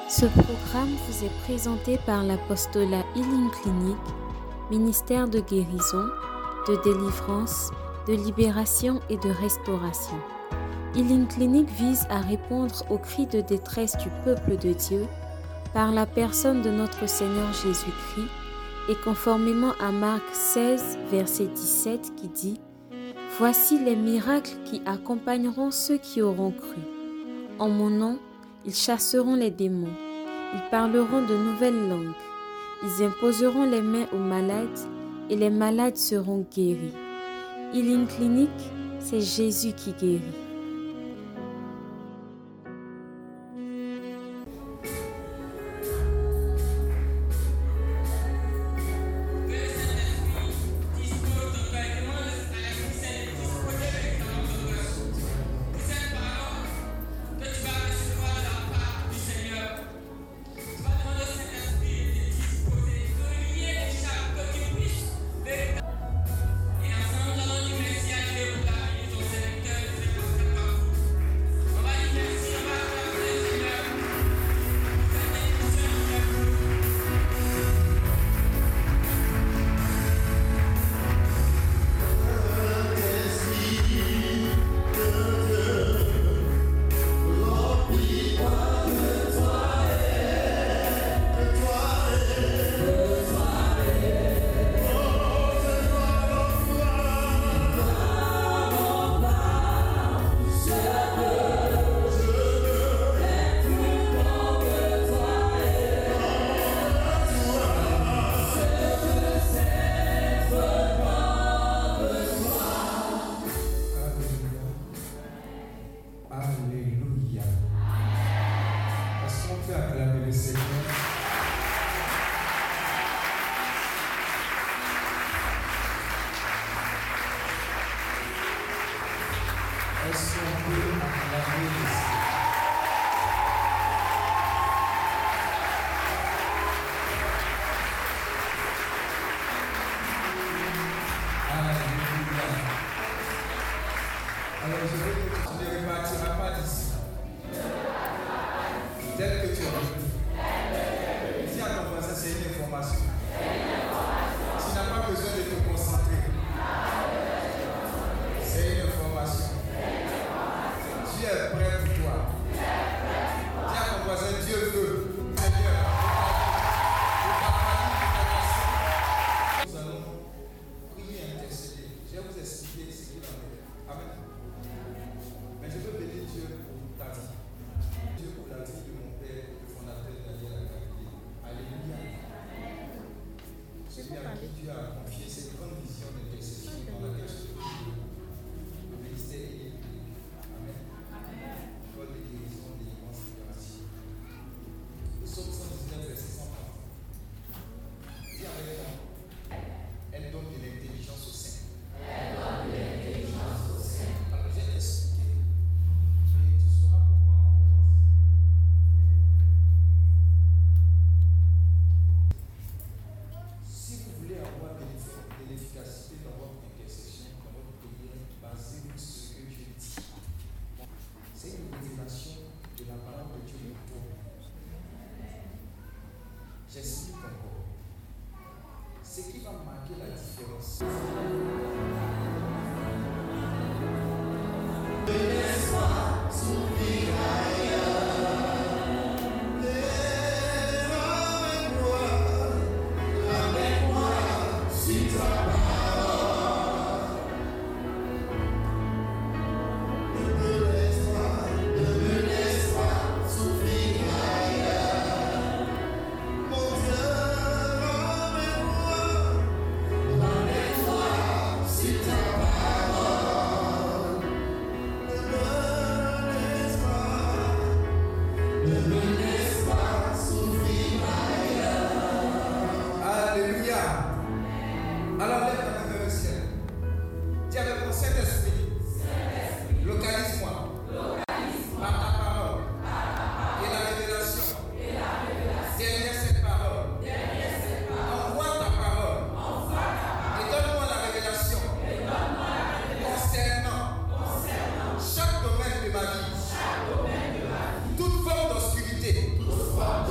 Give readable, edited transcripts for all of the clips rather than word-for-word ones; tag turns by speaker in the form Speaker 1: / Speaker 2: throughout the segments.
Speaker 1: Ce programme vous est présenté par l'apostolat Healing Clinic, ministère de guérison, de délivrance, de libération et de restauration. Healing Clinic vise à répondre aux cris de détresse du peuple de Dieu par la personne de notre Seigneur Jésus-Christ et conformément à Marc 16, verset 17 qui dit « Voici les miracles qui accompagneront ceux qui auront cru. En mon nom, ils chasseront les démons, ils parleront de nouvelles langues, ils imposeront les mains aux malades et les malades seront guéris. » Healing Clinic, c'est Jésus qui guérit.
Speaker 2: Toute forme d'obscurité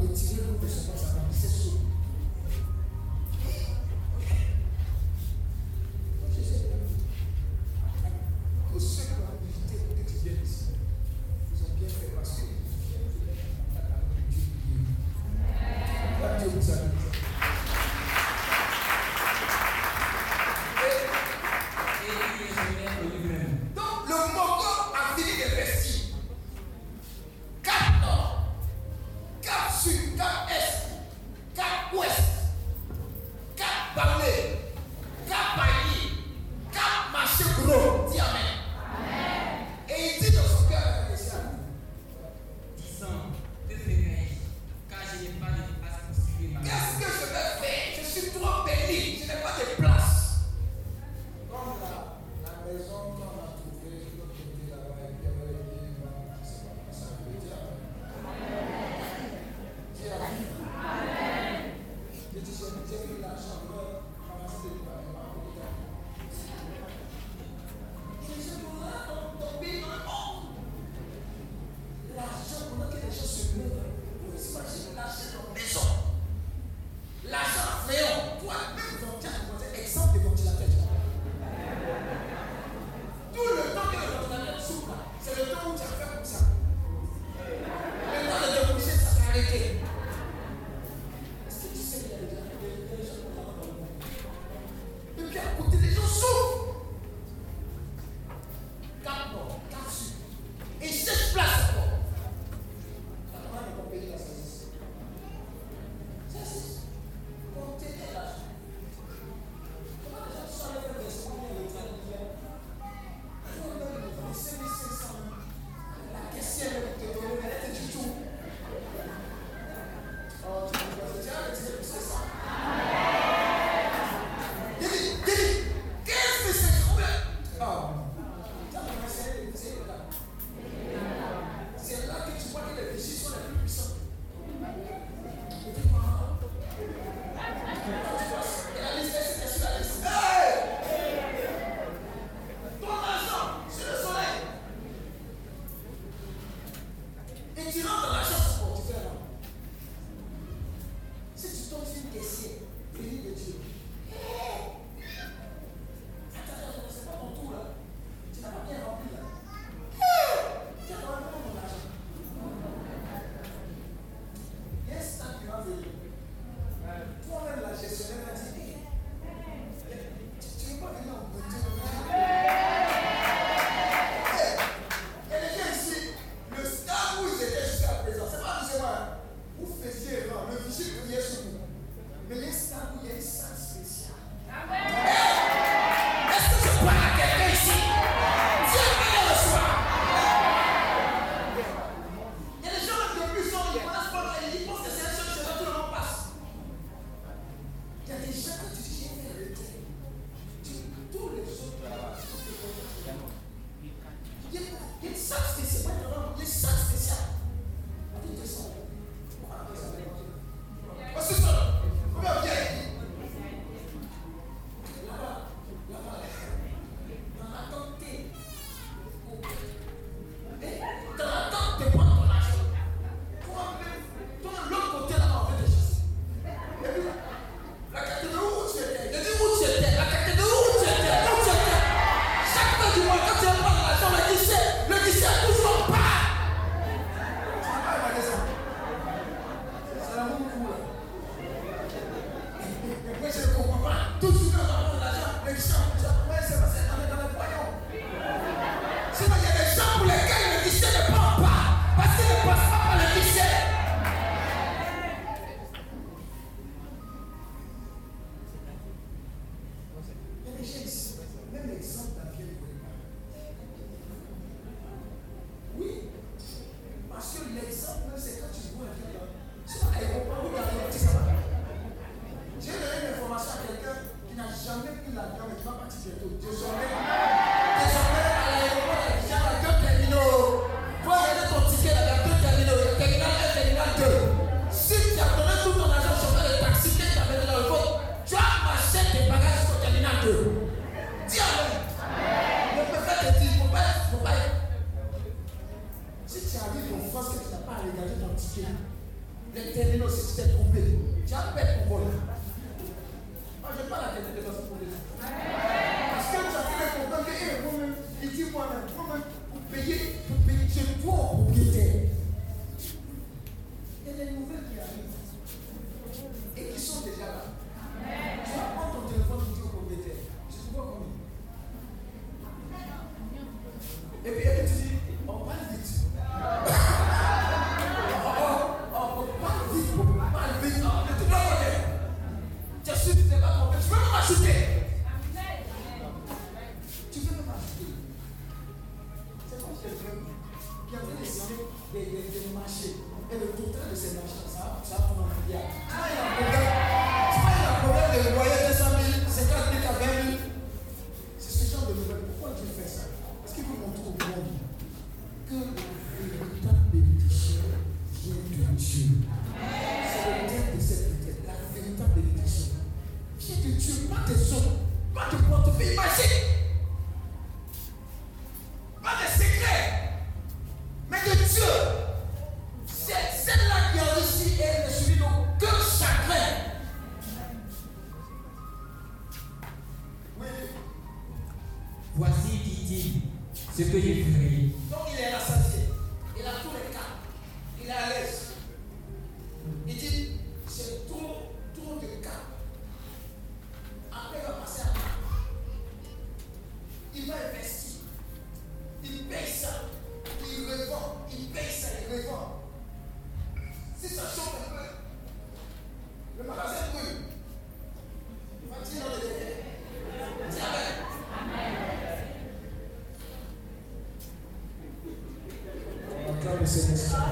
Speaker 2: retirer l'eau de son corps, ça va glisser sous. Tous ceux qui ont visité pour que tu viennes ici, ils ont bien fait parce que Dieu vous a mis. Donc le Moko a fini de vestir. Cap nord, cap sud, cap est, cap ouest, cap Bamlé, cap Bailly, cap Marché Gros. Dis amen. Et il dit dans son cœur la question.
Speaker 3: Disant, que ferai-je, car je n'ai pas de place pour suivre ma vie.
Speaker 2: Qu'est-ce que je vais faire? Je suis trop béni, je n'ai pas de place. Comme la maison qu'on a trouvée, de l'autre côté là-bas, et puis on va dire, je ne sais pas comment ça veut dire. Dis amen. J'ai dit, j'ai pris l'argent, ramasser des parents. C'est pour là tomber dans le monde. L'argent, pendant que les gens se meurent, vous imaginez l'argent dans la maison. L'argent fléau, toi-même, exemple de ventilateur. Tout le temps que le ventilateur s'ouvre, c'est le temps où tu as fait comme ça. Le temps de déboucher, ça s'est arrêté. Est-ce que tu sais qu'il y a des gens qui ont dans le monde? Et puis à côté, les gens souffrent. Cap nord, cap sud. Et 6 places encore. La maman n'est pas payée la service. C'est comptez l'argent. Comment les gens sont allés faire des soins de tradition? Tout le monde est 5500. La caissière te donne, elle était du tout. Oh, tu peux pas dire, elle était c'est ça. Il dit, 15 500. Ah, c'est là que tu vois que les vigiles sont les plus puissants. Et la liste est sur la liste. Ton argent sur le soleil. Et tu rentres dans la chambre pour tu fais là. Si tu tombes sur une caissière, béni de Dieu. Attends, c'est pas ton tour là. Tu n'as pas bien rempli là. Tu as quand même ton argent. Il y a un stand qui va venir. Toi-même, la gestionnaire m'a dit, tu ne veux pas venir en voiture. Et les gens ici, le stade où ils étaient jusqu'à présent, c'est pas du moi. Vous faisiez erreur, le vigile priait sur vous. Mais il y a un stade où il y a une salle spéciale. Est-ce que je parle à quelqu'un ici? Dieu va le soir. Il y a des gens qui ont plus son, ils connaissent pas, ils pensent que c'est un seul chemin, tout le monde passe. Il y a des gens quand tu dis j'ai fait le thé, tous les autres là-bas, il y a une salle spéciale, il y a une salle spéciale. On dit descend. Oh, c'est ça. Comment bien? Là-bas, dans l'attente, dans l'attente de prendre ton argent. Toi, l'autre côté là-bas, on veut te chasser. Et puis, la carte de où tu étais? Je dis où tu étais? La carte de où tu étais? Où tu étais? Chaque fois du mois, quand tu vas prendre l'argent, le guichet a toujours pas. Tu n'as pas regardé ça. C'est la même couleur. Moi, je ne comprends pas. Toujours quand on prend l'argent, le guichet a toujours pas. Ouais, c'est parce que on est dans le voyant. Sinon, il y a des gens pour lesquels le guichet ne prend pas. Parce qu'il ne passe pas par le guichet. Il y a des gens ici, même l'exemple dans lequel vous voulez pas. Oui, parce que l'exemple, c'est quand tu vois un gars sur l'aéroport, où tu as un petit camarade. J'ai donné une information à quelqu'un qui n'a jamais pris l'avion mais qui va partir bientôt. Désormais, à l'aéroport, il y a deux terminaux. Il faut regarder ton ticket, il y a deux terminaux. Il y a terminal 1, terminal 2. Si tu as donné tout ton argent sur le taxi que tu as mené dans le vote, tu as marché tes bagages sur terminal 2. Dis amen. Le préfet te dit, il ne faut pas. Si tu arrives en France que tu n'as pas regardé ton ticket, L'éternel aussi, tu t'es trompé. Tu as perdu ton vol. Moi, je parle à quelqu'un de façon pour parce que tu as fait comprendre que moi-même, il dit moi-même, pour payer, je dois au propriétaire. Il y a des nouvelles qui arrivent et qui sont déjà là. Tu vas prendre ton téléphone pour dire au propriétaire. Je te vois combien. Et puis tu dis, on parle vite. On parle vite. Tu dois connaître. Tu as su, tu n'es pas trompé. Tu peux même acheter. Tu peux même acheter. C'est comme quelqu'un qui a fait des marchés. Et le total de ces marchés, ça va prendre un milliard. Tu vois, il y a un problème de loyer 200 000, 50 000 à 20 000. C'est ce genre de nouvelles. Pourquoi tu fais ça? Parce qu'il faut montrer au monde que le véritable bénédiction vient de Dieu. C'est le thème de cette lettre. La véritable bénédiction vient de Dieu, pas des hommes, pas de portefeuille magique, pas de secret, mais de Dieu. C'est celle-là qui enrichit et ne subit aucun chagrin. Oui.
Speaker 3: Voici, dit-il, ce que je ferai.
Speaker 2: Donc il est rassasié. Il a tous les cas. Il est à l'aise. Il dit, c'est trop de cas. Après, il va passer à part. Il va investir. Il paye ça. Il revend. Il paye ça. Il revend. Si ça chauffe un peu, le magasin brûle. Il va dire dans le délai. Dis Amen. On acclame le Seigneur.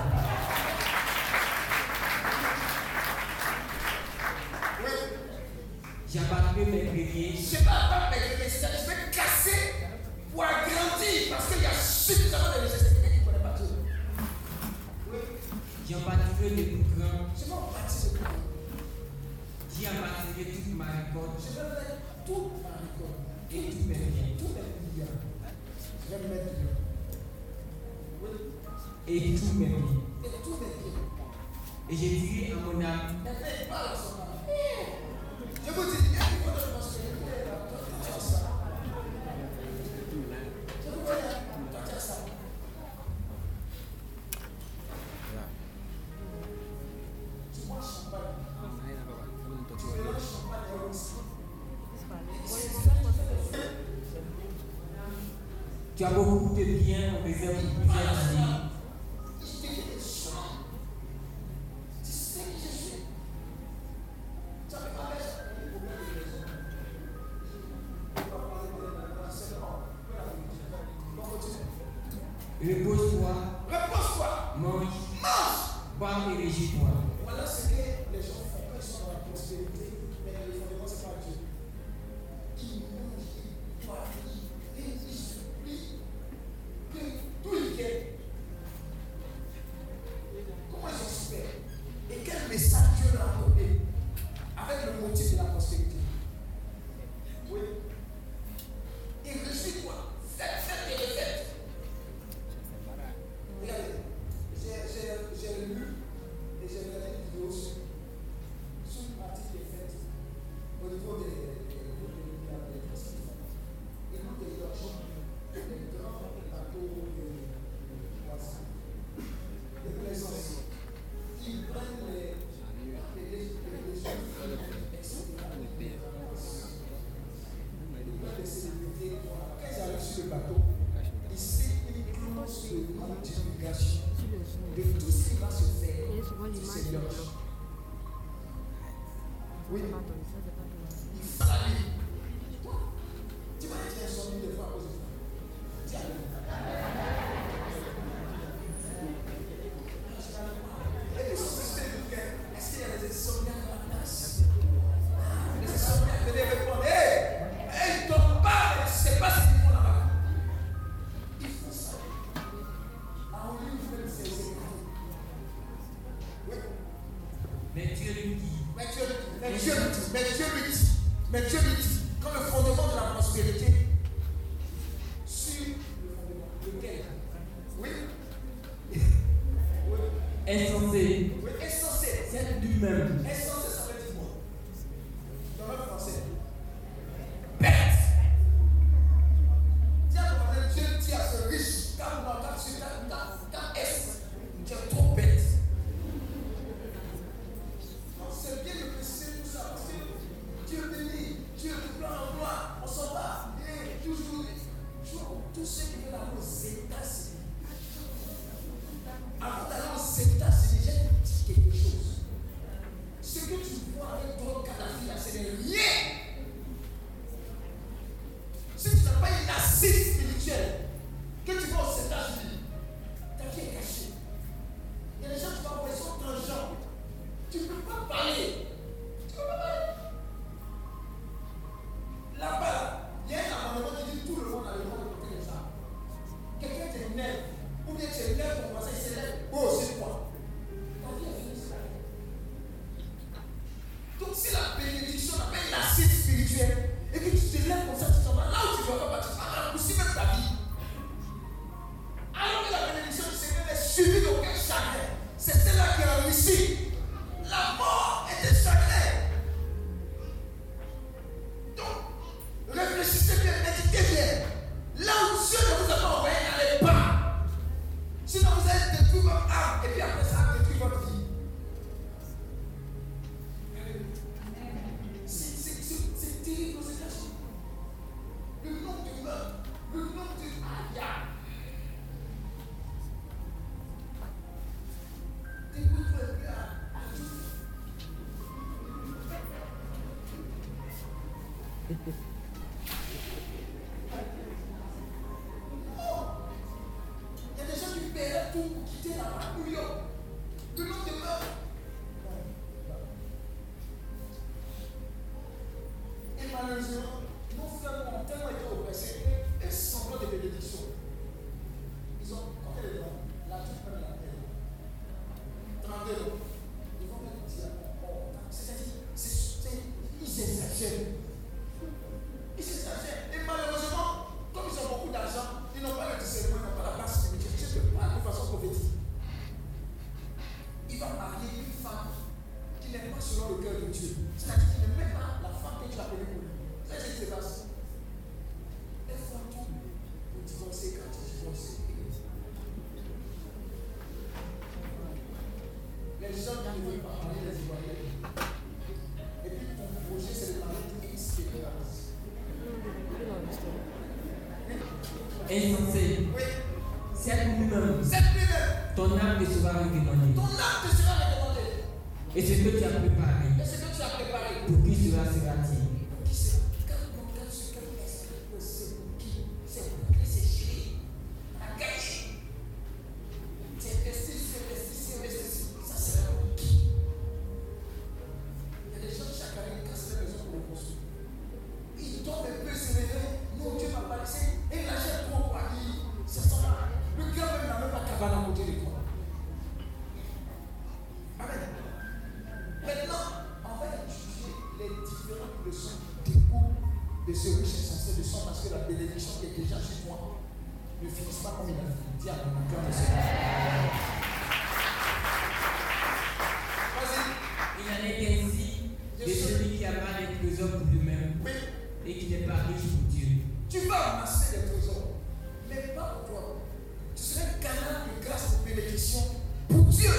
Speaker 2: Oui.
Speaker 3: J'abattrai mes greniers.
Speaker 2: Je ne vais pas mes greniers, c'est-à-dire je vais casser pour agrandir parce qu'il y a suffisamment de richesse qui ne connaît pas Dieu. Oui.
Speaker 3: J'en bâtirai les plus grands.
Speaker 2: Je vais en bâtir le grand.
Speaker 3: J'y abattrai toute ma récolte.
Speaker 2: Je vais mettre toute ma récolte.
Speaker 3: Et tous mes biens.
Speaker 2: Tous mes milliards. Je vais mettre dedans. Oui.
Speaker 3: Et tous mes biens.
Speaker 2: Et tous mes biens.
Speaker 3: Et je dirai à mon âme.
Speaker 2: Maintenant, il parle à son âme. Je vous dis, il y a une fois de prospérité là. Toi, tu as ça. Je vous dis, toi, tu as ça. Tu bois champagne. Tu mélanges champagne et aussi.
Speaker 3: Tu as beaucoup de biens en réserve pour plusieurs années.
Speaker 2: Tu sais qui je suis. Tu n'avais pas
Speaker 3: Repose-toi.
Speaker 2: Repose-toi.
Speaker 3: Mange. Bois et régis-toi.
Speaker 2: Voilà ce que les gens font quand ils sont dans la prospérité, mais le fondement, ce n'est pas Dieu. Ils mangent, ils boivent, ils s'oublient que d'où ils viennent. Comment ils sont super. Et quel message Dieu leur a donné avec le motif de la prospérité. Oui. Et réjouis-toi. Faites et refaites. Regardez, j'ai lu et j'ai regardé une vidéo sur une pratique qui est faite au niveau des prospérités. Et nous, des grands bateaux de poissons, de plaisance, qui prennent les des célébrités. Quand ils arrivent sur le bateau, ils signent une clause de non-divulgation de tout ce qui va se faire sur ces loges. Oui. Il fallait. Tu vas être insomnie des fois à cause de ça. Tiens. Et les systèmes, est-ce qu'il y a des insomniaques à la place? Les insomniaques venaient répondre, hey, ils tombent pas, mais tu ne sais pas ce qu'ils font là-bas. Ils font ça. En ligne, vous faites ces écrits. Oui.
Speaker 3: Mais Dieu lui dit.
Speaker 2: Mais Dieu lui dit, comme le fondement de la prospérité, sur le fondement, lequel? Oui.
Speaker 3: Insensé.
Speaker 2: Oui, insensé. tout pour quitter là-bas, New York. Le nom de meurt. Et malheureusement, nos frères ont tellement été oppressés et semblant de bénédiction. Ils ont compté les dons. La toute même la terre. 32 dons. Ils vont mettre dire, c'est-à-dire, ils exagèrent. Ils s'exagèrent. Et malheureusement, comme ils ont beaucoup d'argent, ils n'ont pas le discernement, ils n'ont pas la place de Dieu. Je te parle de façon prophétique. Il va marier une femme qui n'est pas selon le cœur de Dieu. C'est-à-dire qu'il n'est même pas la femme que tu as appelée pour lui. C'est ce qui se passe. Elle fait tout pour divorcer quand tu divorces. Les gens qui ne veulent pas marier les Ivoiriens. Et puis ton projet, c'est de marier X expérience.
Speaker 3: Insensé.
Speaker 2: Oui.
Speaker 3: Cette lui-même,
Speaker 2: Cette lui-même,
Speaker 3: ton âme te sera recommandée.
Speaker 2: ton âme te sera recommandée.
Speaker 3: Et ce que tu as préparé,
Speaker 2: Et ce que tu as préparé,
Speaker 3: pour qui cela sera-t-il?
Speaker 2: qui sera? Quand ce que c'est pour qui? C'est pour qui? C'est chéri. À gagner. Tu investis. Ça sera pour qui? Il y a des gens chaque année qui cassent les maisons pour le construire. Ils tombent un peu, se réveillent. Non, Dieu m'a pas laissé. Et il achète trop pour aller. C'est ça là. Le cœur même n'a même pas cabane à côté de toi. Amen. Maintenant, on va étudier les différentes leçons qui découlent de ce riche insensé de son parce que la bénédiction qui est déjà chez toi ne finisse pas comme il a fini. Dis à mon cœur de Seigneur. Vas-y.
Speaker 3: Il en est ainsi de celui qui a pas des trésors pour lui-même
Speaker 2: Oui.
Speaker 3: et qui n'est pas riche pour Dieu.
Speaker 2: Tu vas amasser des trésors, mais pas pour toi. Tu seras un canal de grâce et de bénédiction pour Dieu.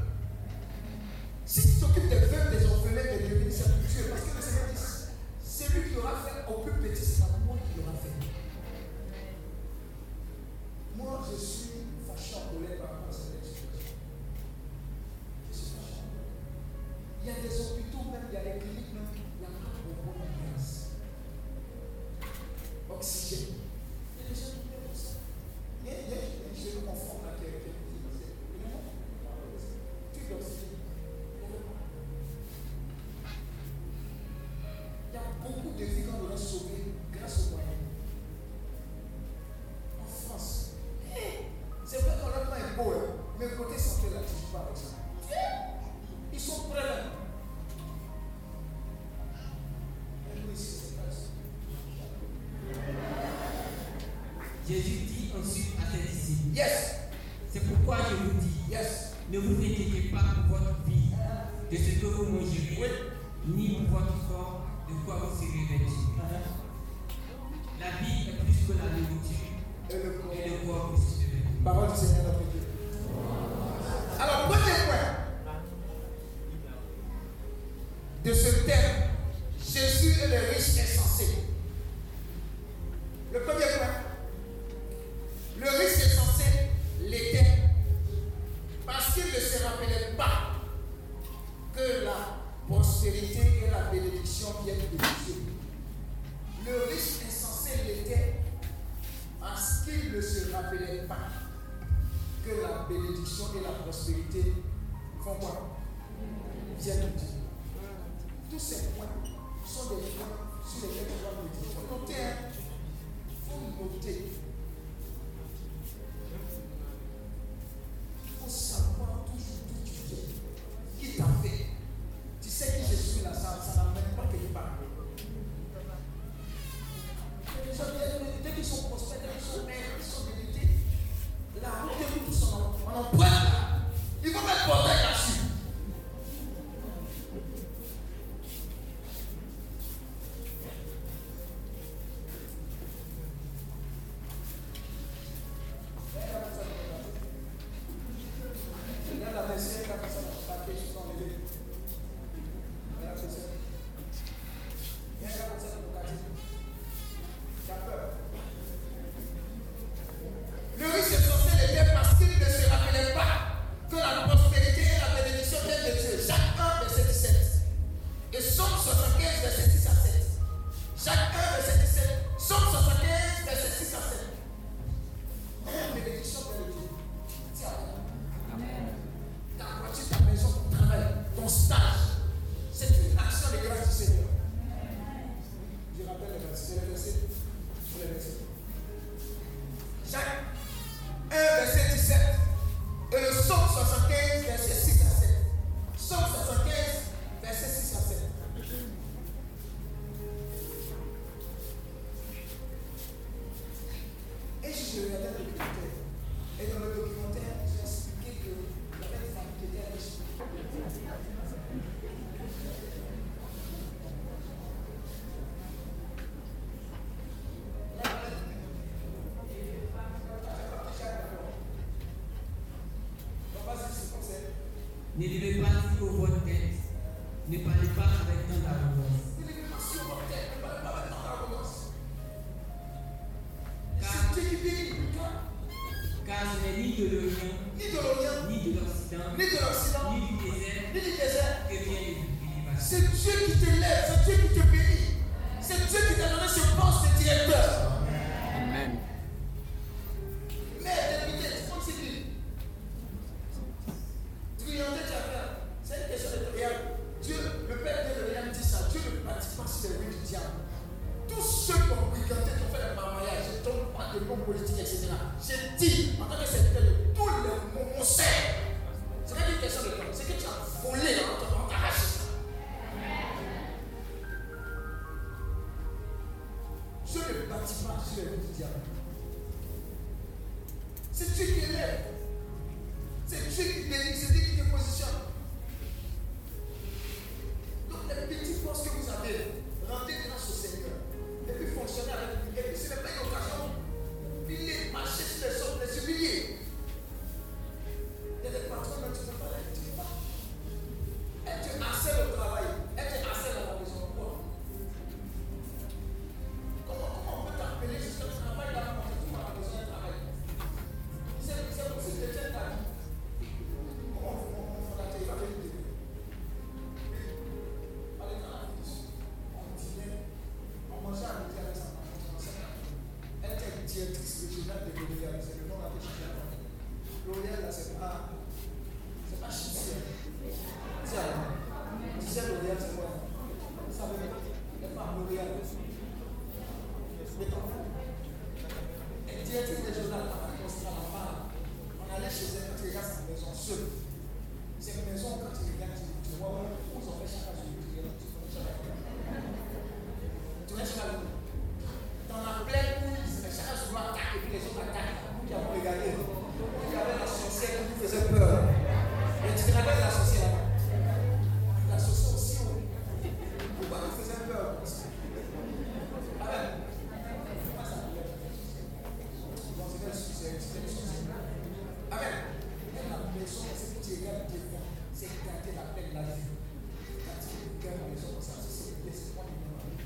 Speaker 2: Si tu t'occupes des veuves, des orphelins, des démunis, c'est pour Dieu. Parce que le Seigneur dit, celui qui l'aura fait au plus petit, c'est pas moi qui l'aura fait. Moi, je suis fâché en colère par rapport à cette situation. Je suis fâché. Il y a des hôpitaux même, il y a des cliniques même, il n'y a pas de bonne grâce. Oxygène. Il y a des gens qui payent pour ça. Je me confonds là, qui dit, tu dois aussi. Il y a beaucoup de vies qu'on aurait sauvées grâce aux moyens. En France, c'est vrai qu'on n'a pas un beau, mais côté santé, là, tu ne pas avec ça. Ils sont prêts là. Et nous ici, c'est pas ça.
Speaker 3: Jésus dit ensuite à ses disciples,
Speaker 2: Yes,
Speaker 3: c'est pourquoi je vous dis,
Speaker 2: yes.
Speaker 3: ne vous inquiétez pas pour votre vie, de ce que vous mangerez,
Speaker 2: Oui.
Speaker 3: ni pour votre corps, de quoi vous serez vêtus. La vie est plus que la nourriture, et le corps plus que le vêtement.
Speaker 2: Parole du Seigneur notre Dieu. Alors, premier point de ce thème, Jésus est le riche insensé. Le premier point, le riche insensé l'était parce qu'il ne se rappelait pas que la prospérité et la bénédiction viennent de Dieu. Le riche insensé l'était parce qu'il ne se rappelait pas que la bénédiction et la prospérité font quoi? Viennent de Dieu. Tous ces points sont des points sur lesquels on doit méditer. Il faut noter, il faut noter. Il faut savoir toujours d'où tu viens. Qui t'a fait? Tu sais qui je suis là, ça n'amène pas quelque part. Les gens, dès qu'ils sont prospères, dès qu'ils sont maigres, ils sont délités, la route de nous tous on en pointe là. Il faut mettre portail là-dessus.
Speaker 3: N'élevez pas sur votre tête. Ne parlez pas avec tant d'arrogance.
Speaker 2: N'élevez pas sur votre tête. Ne parlez pas avec tant d'arrogance. C'est Dieu qui bénit.
Speaker 3: Car ce n'est ni de l'Orient,
Speaker 2: Ni de l'Orient,
Speaker 3: ni de l'Occident,
Speaker 2: ni de l'Occident,
Speaker 3: ni du désert,
Speaker 2: ni du désert.
Speaker 3: que vient l'élévation.
Speaker 2: C'est Dieu qui t'élève, c'est Dieu qui te bénit. C'est Dieu qui t'a donné ce poste de directeur.
Speaker 4: Amen.
Speaker 2: Mais député, tu continues. Triompher, tu as fait. C'est une question de regarde. Dieu, le Père de Léa dit ça. Dieu ne pratique pas sur les rues du diable. Tous ceux qui ont briganté, qui ont fait le mariage, je ne donne pas de nom politique, etc. J'ai dit, en tant que secrétaire de tous les mots, c'est pas une question de temps. C'est que tu as volé, on t'a arraché ça. Je ne bâtis pas sur les rues du diable. C'est Dieu qui élève. C'est Dieu qui bénit, c'est Dieu qui te positionne. Donc les petits postes que vous avez, rendez grâce au Seigneur. Et puis fonctionnez avec lui. Et puis ce n'est pas une occasion. Humilier, marcher sur les autres, les humilier. Il y a des patrons dont tu ne peux pas les dire. Être assez au travail, être assez dans la maison. Comment on peut t'appeler jusqu'à ce travail là quand tu es à la maison de travail? C'est possible de faire ta vie. Comment on va te dire? Allez dans la vie. On dînait, on mangeait à midi avec sa maman. Elle était directrice régionale de L'Oréal. C'est le nom de la L'Oréal. L'Oréal là, c'est pas chitière. Tiens, tu sais L'Oréal c'est quoi? Ça veut dire les femmes L'Oréal. Elle directrice régionale à la femme. On allait chez elle, quand tu regardes sa maison seule. Cette maison, quand tu regardes, tu vois où ils ont fait chacun sur le prière. Tu connais chacun. Tu connais chacun. Dans la plaine où chacun se voit attaquer, et puis les autres attaquent. Nous qui avons regardé, nous qui avons la sorcière qui nous faisait peur. Et tu te rappelles la sorcière? La sorcière aussi, pourquoi nous faisait peur? Amen. Amen. Et la maison, c'est que tu regardes devant, c'est garder la paix de la vie. Quand tu regardes la maison comme ça, c'est pas une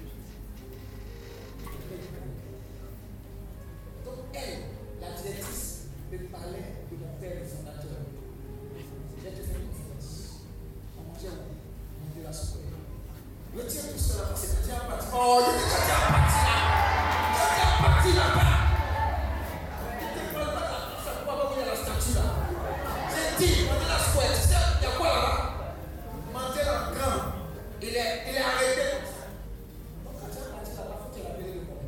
Speaker 2: donc elle, la directrice, me parlait de mon père le fondateur. J'ai te fait une conférence. On mangeait où? On de la soupe. Retire tout cela parce que tu as parti. Oh, il dit que tu as parti là. Tu as parti là-bas. Tu ne parles pas de la personne pour avoir la statue là. J'ai dit, on dit la square. Tu sais, il y a quoi là-bas? Mandela grand. Il est arrêté comme ça. Donc quand tu as parti là-bas, il faut que tu l'appelles le monde.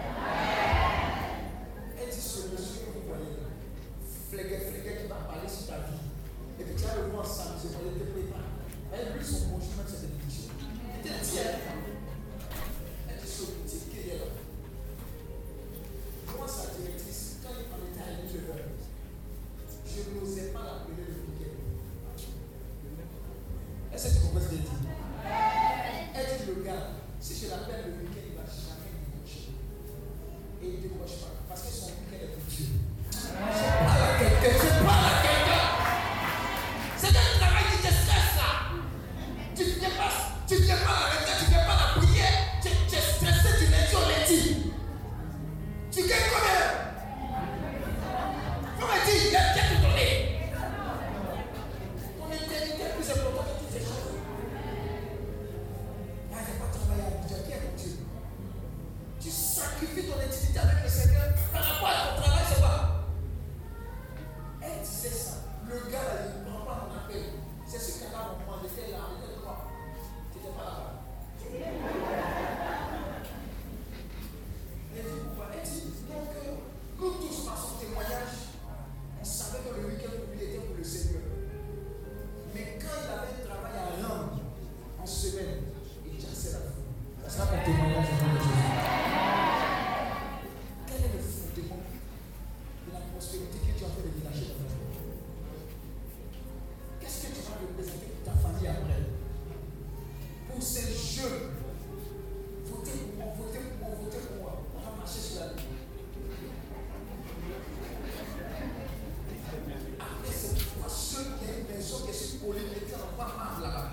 Speaker 2: Elle dit ce monsieur que vous voyez là, flégué qui va parler sur ta vie. Et puis tu as le voir s'amuser, on te prépare. Elle, lui, son bonjour, même c'est des clichés. Il était tiers. Elle dit ce petit qui est là. Moi, sa directrice, quand on était à l'île, je n'osais pas l'appeler le week-end. Est-ce que tu comprends ce qu'elle dit? Elle dit le gars, si je l'appelle le week-end, il ne va jamais me décrocher. Et il ne décroche pas. Parce que son week-end est pour Dieu. Je parle à quelqu'un. C'est un travail qui te stresse là. Tu ne viens pas la retraite, tu ne viens pas la prière. Tu es stressé du lundi au lundi. Tu gagnes combien? Faut me dire, il y a bien te donner. Ton éternité est plus importante que toutes ces choses. Il n'y a pas de travail à Dieu. Qui est mon Dieu? Tu sacrifies ton intimité avec le Seigneur par rapport à ton travail, c'est quoi? Elle disait ça. Le gars là, il ne prend pas mon appel. C'est ce qu'elle a mon j'étais là, j'étais quoi? Tu n'étais pas là-bas. Elle dit pourquoi? Elle dit donc nous tous par son témoignage, on savait que le week-end pour lui était pour le Seigneur. Mais quand il avait un travail à rendre en semaine, il chassait la foule. Ça sera mon témoignage de Jésus. Quel est le fondement de la prospérité que tu as fait de dégager dans ta vie? Qu'est-ce que tu vas représenter pour ta famille après? Pour ces jeunes Bam, là-bas.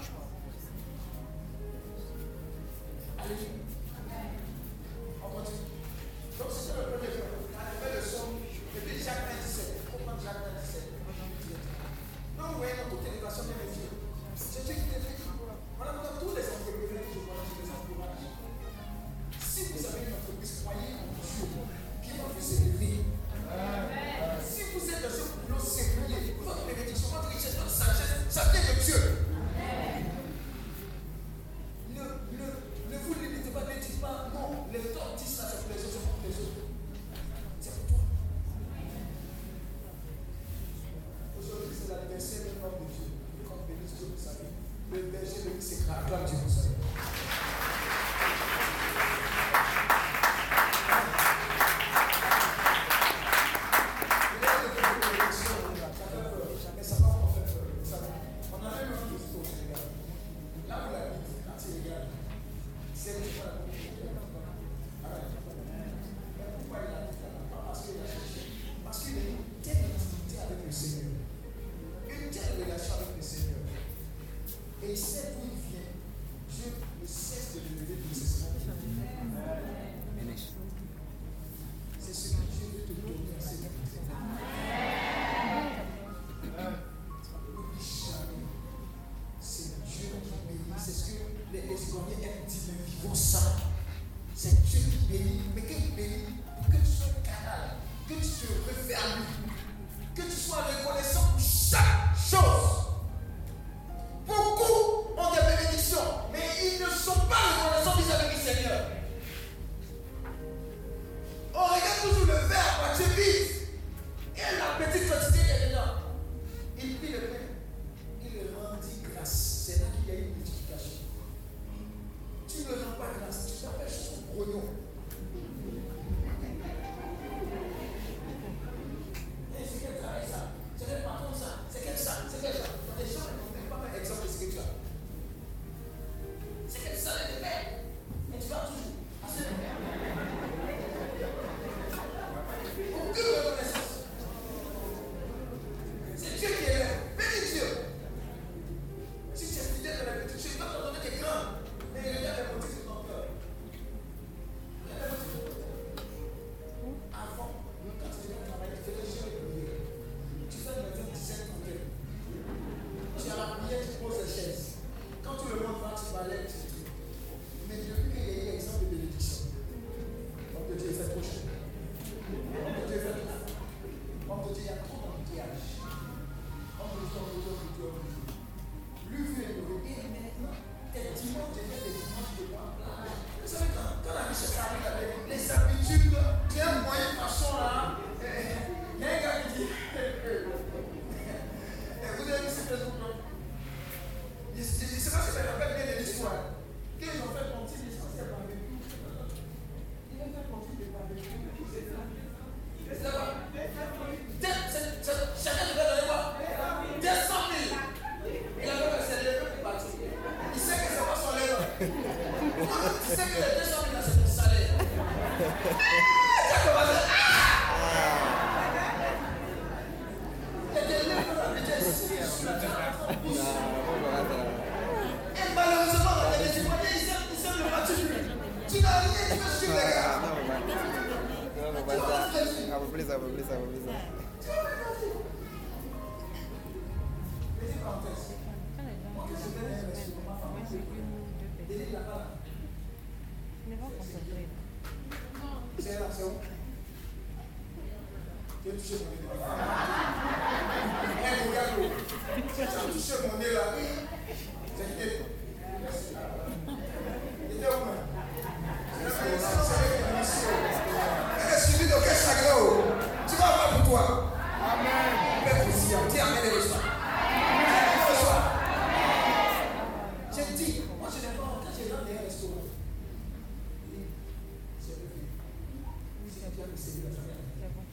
Speaker 2: Allez. On continue. Donc, c'est le premier jour. On a fait le son. Et puis, Jacques 17. Il faut prendre Jacques 17. Donc, vous voyez, dans toutes les nations, même les yeux. C'est Dieu qui te dit. Voilà, dans tous les entreprises, je vois, je les encourage. Si vous avez une entreprise, croyez en Dieu qui va vous élever. Si vous êtes dans ce boulot séculier, votre bénédiction, votre richesse, votre sagesse, ça vient de Dieu. Ne vous limitez pas, ne dites pas non, les autres disent ça, c'est pour les autres, c'est pour les autres. C'est pour toi. Aujourd'hui, c'est l'anniversaire de l'homme de Dieu. Comme bénisse Dieu, vous savez. Le berger de lui, c'est grave. Comme Dieu, vous savez.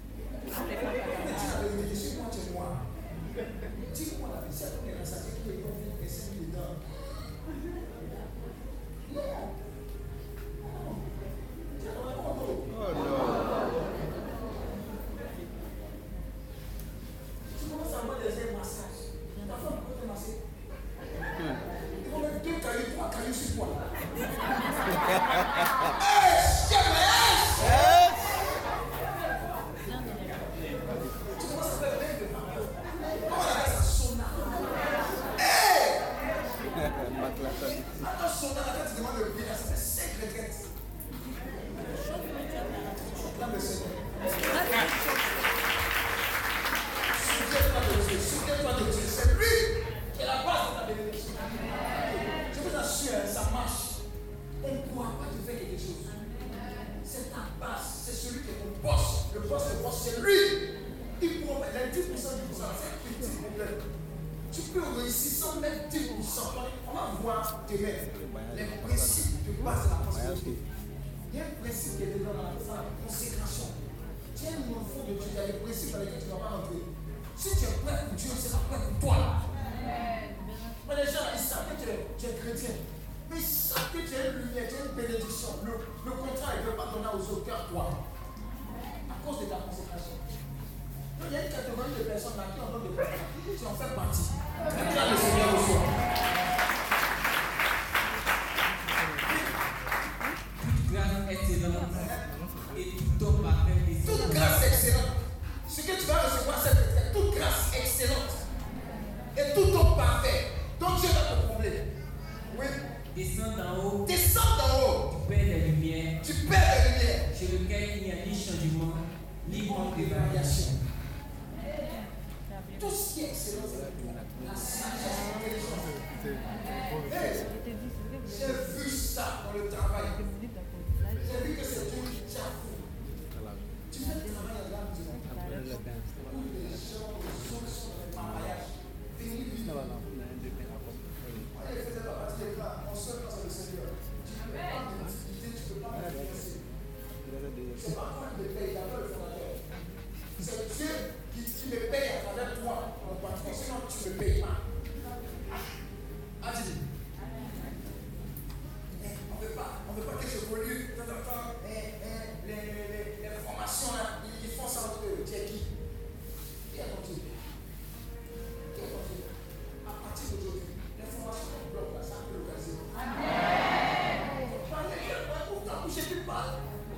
Speaker 2: Dis-moi la vie, c'est la première ça, c'est un petit problème. Tu peux réussir sans mettre 10%. On va voir demain les principes de base de la prospérité. Il y a un principe qui est dedans dans la consécration. Tu es un enfant de Dieu, il y a des principes dans lesquels tu ne vas pas entrer. Si tu es prêt pour Dieu, c'est pas prêt pour toi. Mais les gens, ils savent que tu es chrétien. Mais ils savent que tu es une lumière, tu es une bénédiction. Le contrat, il ne peut pas donner aux autres qu'à toi. À cause de ta consécration. Donc, il y a une catégorie de personnes là qui ont besoin de contrat. Tu en fais partie. Acclame le Seigneur au soir.
Speaker 3: Toute grâce excellente et tout don parfait.
Speaker 2: Toute grâce excellente. Ce que tu vas recevoir, c'est toute grâce excellente. Et tout don parfait. Donc Dieu va te combler. Oui.
Speaker 3: Descends d'en haut.
Speaker 2: Descends d'en haut.
Speaker 3: Tu perds les lumières.
Speaker 2: Tu perds les lumières.
Speaker 3: Chez lequel il n'y a ni changement, ni manque de variation.
Speaker 2: Tout ce qui est excellent, c'est la sagesse, l'intelligence. J'ai vu ça dans le travail. J'ai vu que c'est Dieu qui t'a fait. Tu fais le travail à l'âme du monde. Où les gens, les autres sont dans le mariage. On ne faisait pas partie des plans. On se place le Seigneur. Tu ne peux pas m'intimider, tu ne peux pas m'influencer. C'est pas toi qui me paye, d'abord le fondateur. C'est Dieu qui me paye à travers toi, mon patron, sinon tu ne me payes pas. As-tu dit? On ne veut pas que je pollue. Les formations là, ils font ça entre eux. Tu es qui? Qui est ton Dieu? Qui est ton Dieu? À partir d'aujourd'hui, les formations qu'on bloque là, ça peut localiser. Amen. Pourtant, je ne parle.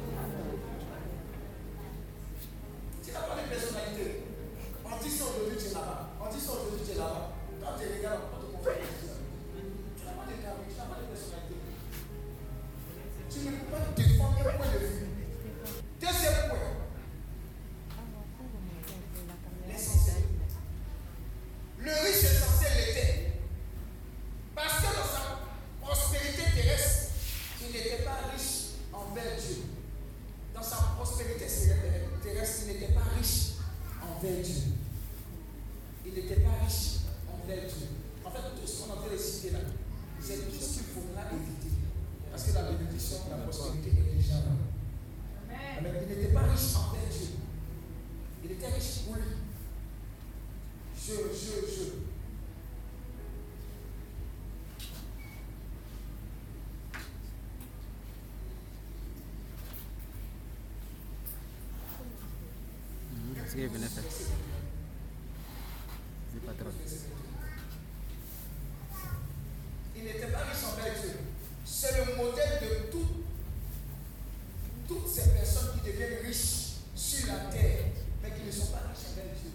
Speaker 2: Tu n'as pas de personnalité. On dit ça aujourd'hui, tu es là-bas. On dit ça aujourd'hui, tu es là-bas. Quand tu regardes, on te confie. Tu n'as pas de charisme, tu n'as pas de personnalité. Tu ne peux pas défendre un point de vue. Deuxième point. L'essentiel. Le riche essentiel l'était. Parce que dans sa prospérité terrestre, il n'était pas riche envers Dieu. Dans sa prospérité terrestre, il n'était pas riche envers Dieu. Il n'était pas riche envers Dieu. En fait, tout ce qu'on a fait citer là, c'est tout ce qu'il faudra éviter. Parce que la bénédiction, la prospérité est déjà là. Mais il n'était pas riche envers Dieu. Il était riche pour lui.
Speaker 4: C'est ce qu'il venait faire. C'est pas trop.
Speaker 2: Il n'était pas riche envers Dieu. C'est le modèle de toutes ces personnes qui deviennent riches sur la terre, mais qui ne sont pas riches envers Dieu.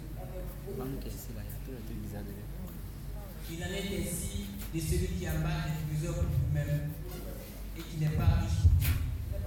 Speaker 3: Il en est ainsi de celui qui abat les plusieurs pour lui-même et qui n'est pas riche pour Dieu.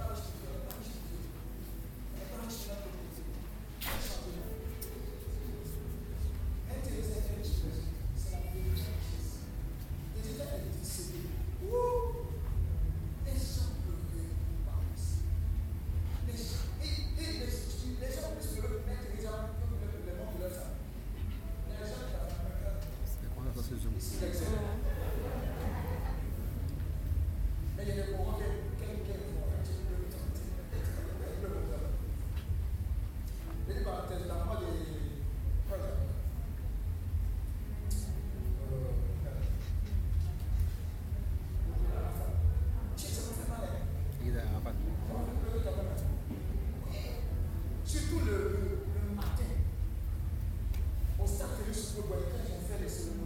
Speaker 2: Surtout le matin, au stade de l'usine, quand ils ont fait les cérémonies,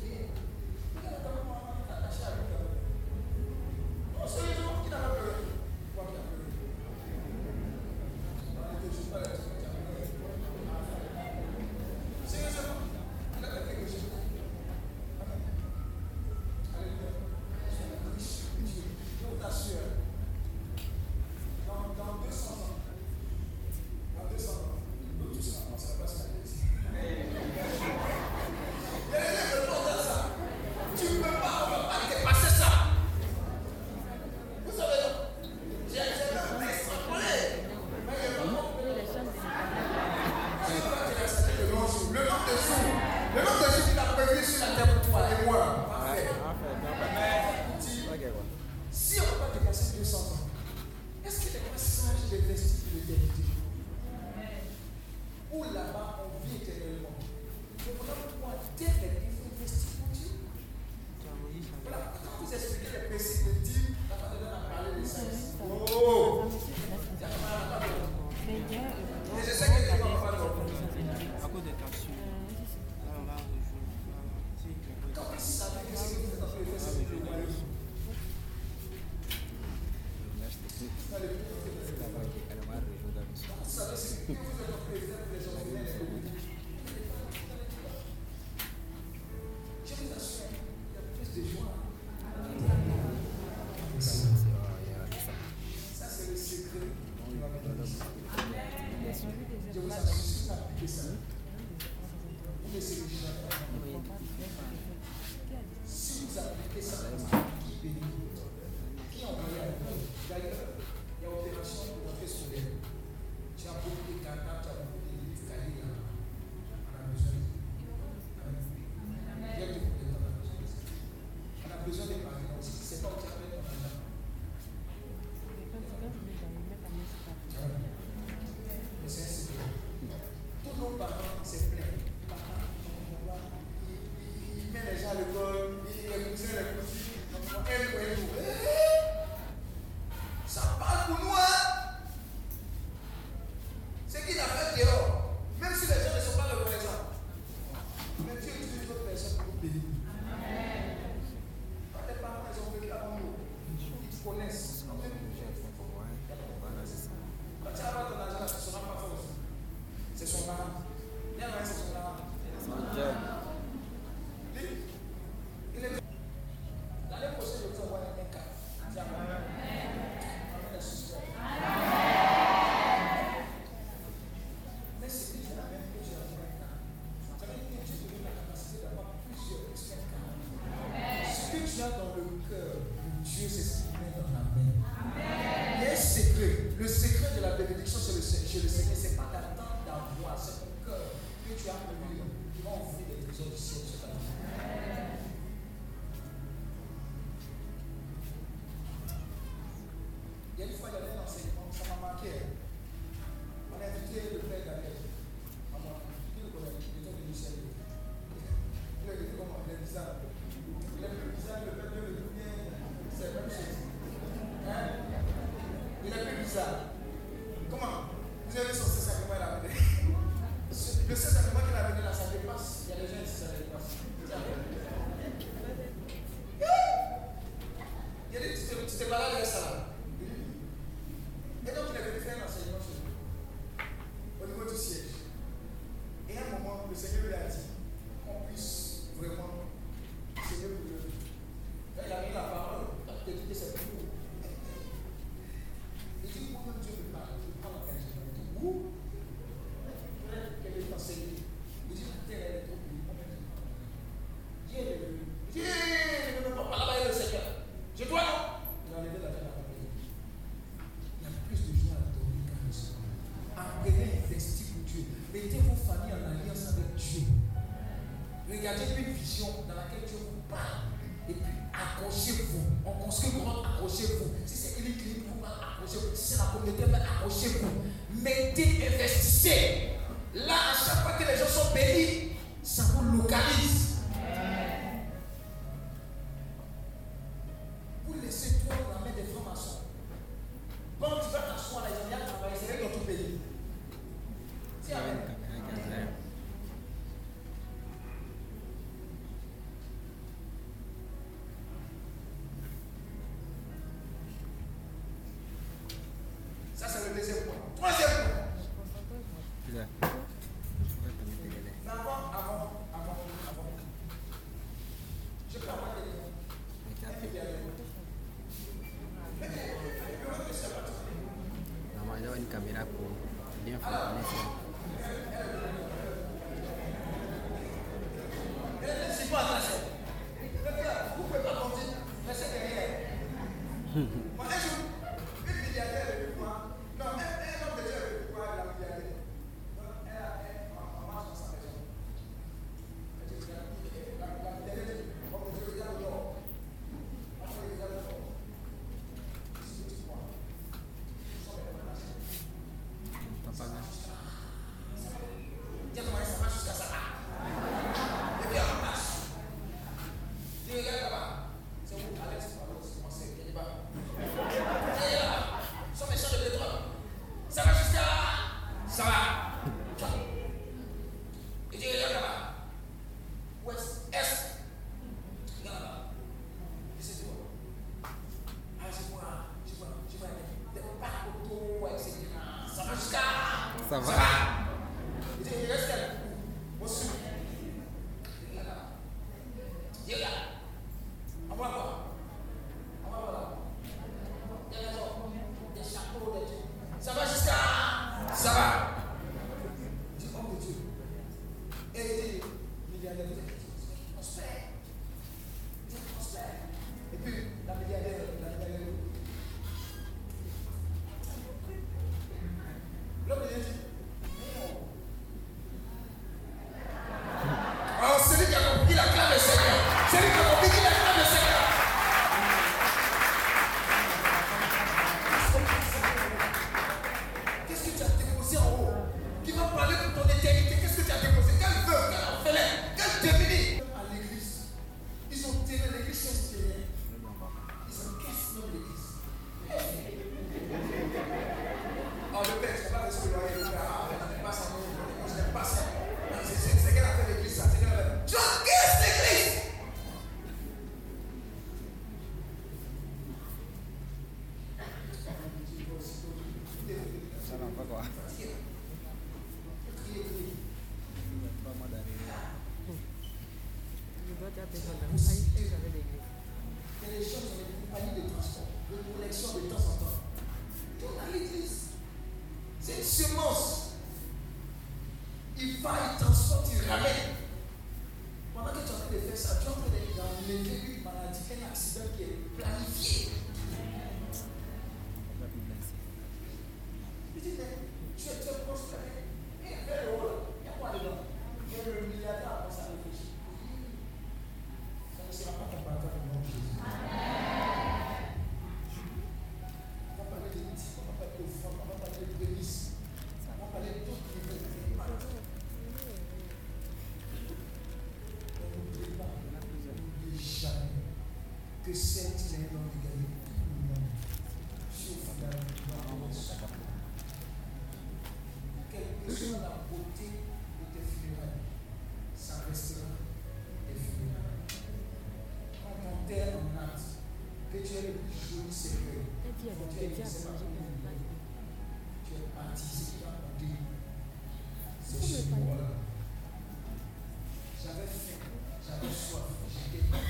Speaker 2: non, c'est les gens qui n'ont pas pleuré. Moi qui a pleuré. Je ne sais pas la chose qui a pleuré. Sérieusement, il a quelque chose. Alléluia. Je t'assure, dans 200 ans, nous tous, on ne sera pas ça. Tu ne peux pas appliquez ce législateur, si vous appliquez ça, qui bénit, qui envoie à vous. D'ailleurs, il y a opération de rentrée scolaire. Tu as beaucoup de cartons, tu as beaucoup de livres, cahiers là. On a besoin de on a besoin des parents aussi. C'est pas où tu as fait ton argent. Mais c'est un secret. Tous nos parents, c'est plein. Ils mettent les gens à l'école, ils les cousins, les cousines, elle. Ça parle pour nous, hein? C'est qu'il a fait dehors. Même si les gens ne sont pas reconnaissants. Mais Dieu utilise d'autres personnes pour nous bénir. Quand les parents ils ont vécu avant nous, ils connaissent. Quand tu as ton argent, c'est son argent pas fort. C'est son argent. Il y a un c'est son argent. L'année prochaine, je vais avoir un cas. Mais c'est que la même chose à un cas. Ça veut dire que Dieu te donne la capacité d'avoir plusieurs experts cas. Ce que tu as dans le cœur de Dieu, c'est ce qu'il met dans la main. Il y a un secret. Le secret de la bénédiction chez le Seigneur, ce n'est pas d'attendre d'avoir, c'est ton cœur que tu as connu qui va ouvrir les trésors du ciel sur ta vie. Il y a une fois, il y avait un enseignement, ça m'a marqué. On a invité le père Daniel. Qui le connaît? Il était venu chez lui. Il a dit comment? Il est bizarre. Il est plus bizarre, le père de le bien. C'est la même chose. Hein? Il est plus bizarre. Comment? Vous avez vu son sacrement, il a amené. Le sacrement qu'il a amené là, ça dépasse. Il y a des gens ici, ça dépasse. Il a dit, tu t'es balade avec ça là. Et donc, il est venu faire un enseignement chez nous, au niveau du siège. Et à un moment, le Seigneur lui a dit qu'on puisse vraiment Seigneur pour Dieu. Quand il a mis la parole, il a dit que c'est pour nous. Il dit, pourquoi Dieu me parle? Il parle en quel genre? Il dit, où? Quel est l'enseignement? Il dit, la terre est trop petite. Dieu est venu. Dieu ne peut pas parler avec le Seigneur. Je dois non. Il a enlevé la terre à la paix. Il y a plus de joie à donner qu'à recevoir. Apprenez à investir pour Dieu. Mettez vos familles en alliance avec Dieu. Regardez une vision dans laquelle Dieu vous parle. Et puis accrochez-vous. On construit grand, accrochez-vous. Si c'est une clinique, vous accrochez-vous. Si c'est la communauté, accrochez-vous. Mettez, investissez. Là, à chaque fois que les gens sont bénis, ça vous localise. Vous laissez toi dans la main des francs-maçons. Quand tu vas t'asseoir là, ils ont bien travaillé, c'est eux qui ont tout payé. C'est amen. Ça, c'est le deuxième point. Troisième point. Avant. Je peux avoir des gens.
Speaker 4: Namanya ini kameraku, dia fotonya.
Speaker 2: C'est pas attention. Vous ne pouvez pas compter. Restez derrière. Moi, un jour, une milliardaire de pouvoir. Non, un homme de Dieu de pouvoir, la milliardaire. Elle marche dans sa maison. La milliardaire dit, homme de Dieu, regarde dehors. Après, regarde dehors. Ici, tu crois. Nous sommes les relations.
Speaker 4: Papa là.
Speaker 2: Tiens, comment ça marche jusqu'à ça? Et puis, on marche. Tu regardes là-bas. C'est où Alex Palos commence. Il y a des bas. milliardaire, vous êtes prospère. Vous êtes prospère. Et puis, la milliardaire. L'homme est dit, oh, celui qui a compris la clave de Seigneur. Celui qui a compris la clave de Seigneur. Qu'est-ce que tu as déposé en haut? Qui va parler pour ton éternité? Qu'est-ce que tu as déposé? Quel vœu? Quel orphelin? Quel démuni? À l'église. Ils ont tiré l'église sans tirer. Ils encaissent même l'église. Oh, le père, tu vas pas rester loyer. Je n'aime pas ça. Je n'aime pas ça. C'est qu'elle a fait l'église, ça. C'est qu'elle a fait. Tu encaisses l'église.
Speaker 4: Ça va pas quoi.
Speaker 2: Et les gens sont des compagnies de transport, de connexion de temps en temps. Tourne à l'église. C'est une semence. Il va, il transporte, il ramène. Pendant que tu es en train de faire ça, tu es en train d'enlever une maladie, un accident qui est planifié. Je dis, tu es prospère. Et vers le haut, il y a quoi dedans? Il y a le milliardaire après ça réfléchit. Ça ne sera pas ton partage au nom de Jésus. On va parler de l'éthique, on va parler de foi, on va parler de prémices, on va parler de tout ce qui veut faire mal. N'oubliez pas, n'oubliez jamais que c'est un nom de gagner tout le monde. Sur Fadal, quelle que soit la beauté de tes funérailles, ça restera tes funérailles. Quand on terre en acte, que tu es le plus joli Seigneur, tu es baptisé, tu as compté. C'est ce mot-là. J'avais faim, j'avais soif, j'étais mort.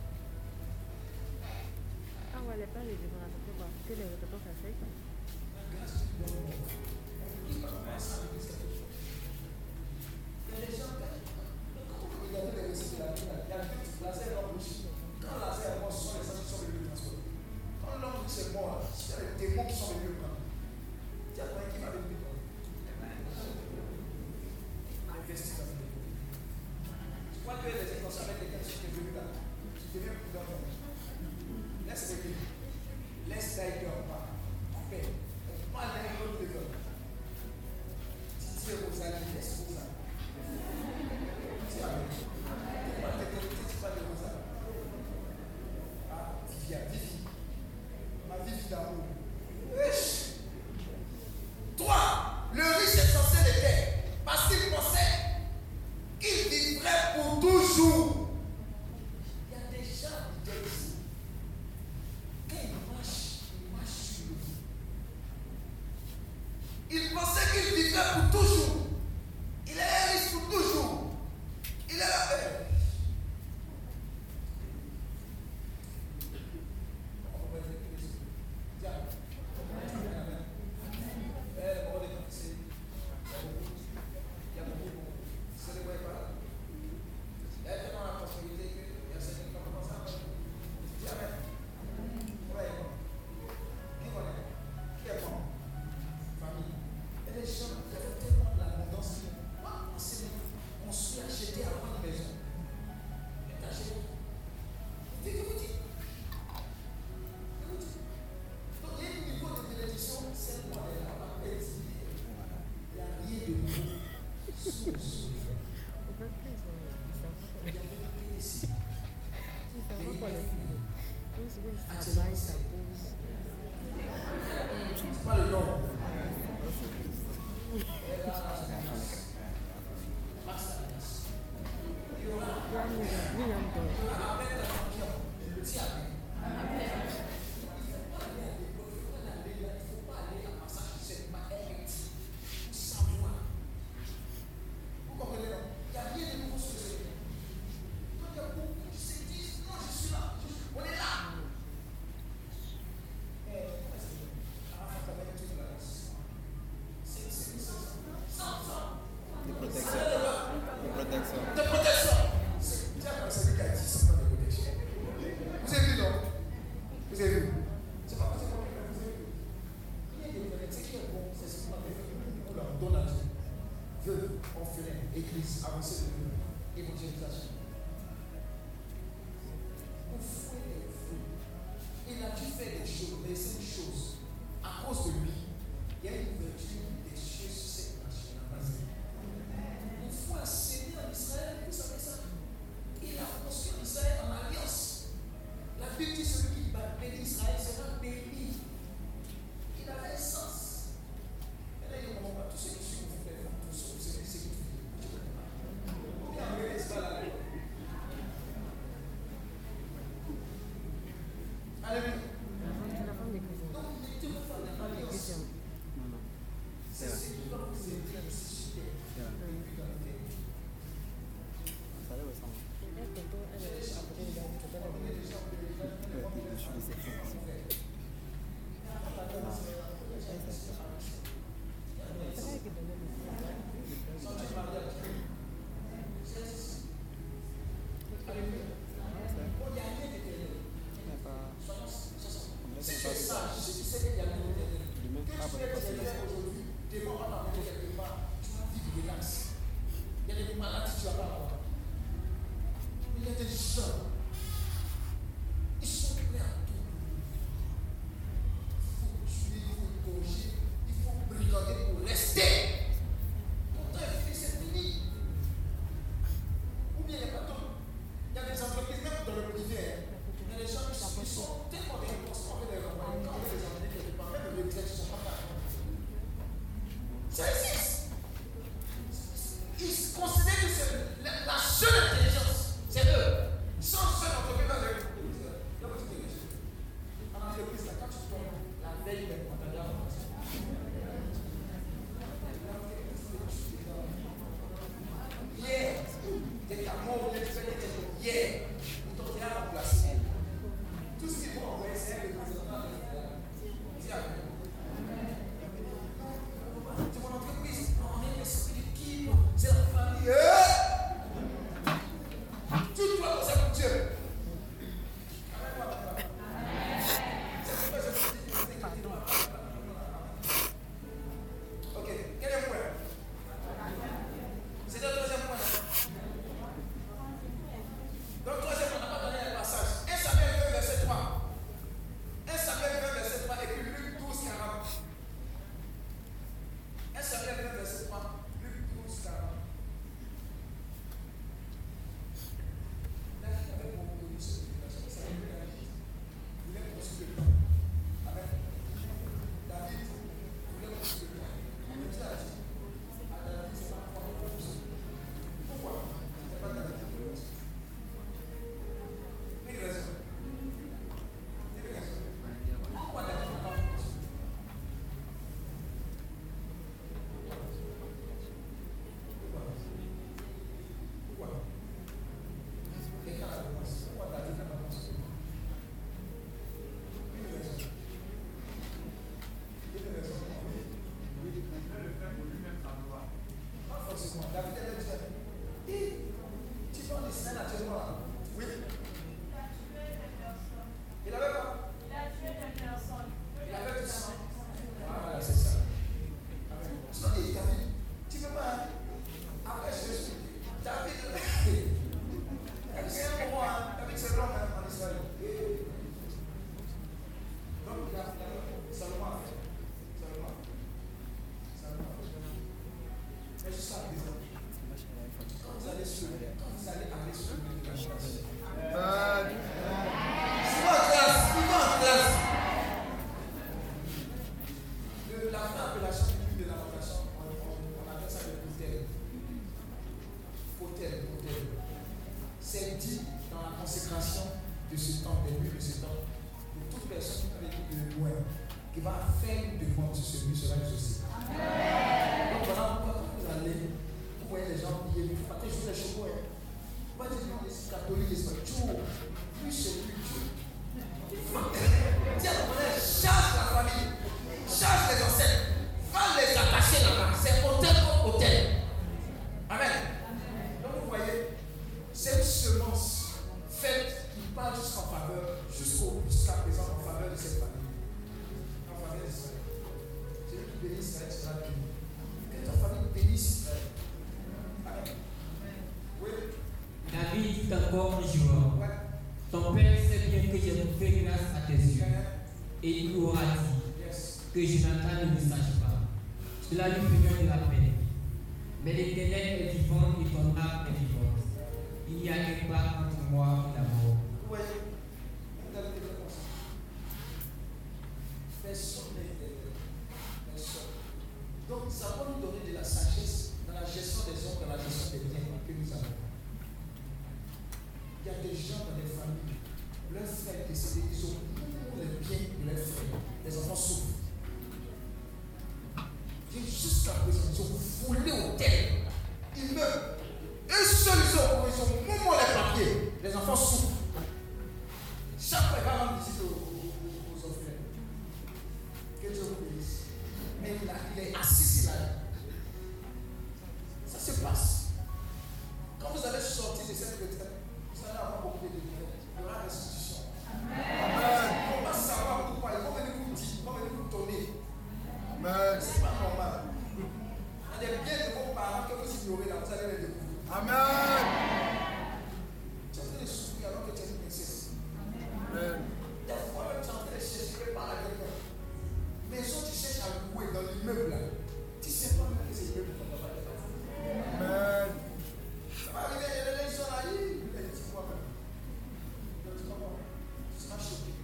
Speaker 2: Grâce du bon Dieu. Qui va commencer à dire quelque chose? Il y a des gens quand vous regardez les récits de la Bible, il y a deux Lazare et l'homme riche. Quand Lazare est mort, ce sont les gens qui sont venus le transporter. Quand l'homme riche est mort, c'est les démons qui sont venus le prendre. Il y a quoi qui va venir le prendre? Investir dans le démon. Tu crois que les gens avec lesquels tu es venu là, tu deviens plus grand homme. Laisse les vivre. Laisse les en pas. En paix. On parle d'un autre de l'homme. Titi et Rosalie, laisse Rosalie. Tu parles de Rosalie. Ah, Viviane, Vivi. Ma Vivi d'amour. Riche. Toi, le riche est censé l'être parce qu'il pensait qu'il vivrait pour toujours. Il y a des gens qui disent quand il marche sur le bout. Il pensait qu'il vivrait pour toujours. Il est riche pour toujours. Il est là. C'est pas le nom. De protection. l'évangélisation. Pour fouiller les fous. Il a dû faire des choses, mais c'est une chose. À cause de lui, il y a une ouverture des cieux sur cette nation. Il faut enseigner en Israël, vous savez ça. Il a construit Israël en alliance. La Bible dit celui qui va bénir Israël sera béni. Il avait un sens. Et là, il ne comprend pas tout ce qui suit, vous faites, tout ce qui suit. Il y a un vrai espace là. Alléluia. Donc, il ne faut pas faire l'alliance. C'est ce qui va vous aider à susciter.
Speaker 3: fut encore un jour. Ton Père sait bien que j'ai fait grâce à tes yeux. Et il aura dit que Jonathan ne le sache pas. Cela lui fera de la peine. Mais l'Éternel est vivant et ton âme est vivante. Il n'y a quelque part entre moi et la mort.
Speaker 2: Personne n'est derrière. Personne. Donc, ça va nous donner de la sagesse dans la gestion des hommes, dans la gestion des biens que nous avons. Il y a des gens dans les familles, leurs frères décédés, ils ont tous les biens de leurs frères. Les enfants souffrent. Jusqu'à présent, ils ont volé au terre. Ils meurent. Eux seuls, ils ont moment les papiers. Les enfants souffrent. Chaque fois, il va rendre visite aux orphelins. Que Dieu vous bénisse. Mais il est assis là. Ça se passe. Quand vous allez sortir de cette retraite, vous allez avoir beaucoup de découvertes. Il y aura restitution. Amen. On va savoir pourquoi. Ils vont venir vous dire, ils vont venir vous donner. Mais ce n'est pas normal. Il y a des biens de vos parents que vous ignorez là, vous allez les découvrir. Amen. Tu es en train de souffrir alors que tu es une princesse. Amen. Des fois même tu es en train de chercher par la quelqu'un. Maison tu cherches à louer dans l'immeuble là. Tu ne sais pas même que c'est l'immeuble qu'on va faire. Amen. Ça va arriver, les gens là, ils disent quoi même. Tu comprends? Tu seras choqué.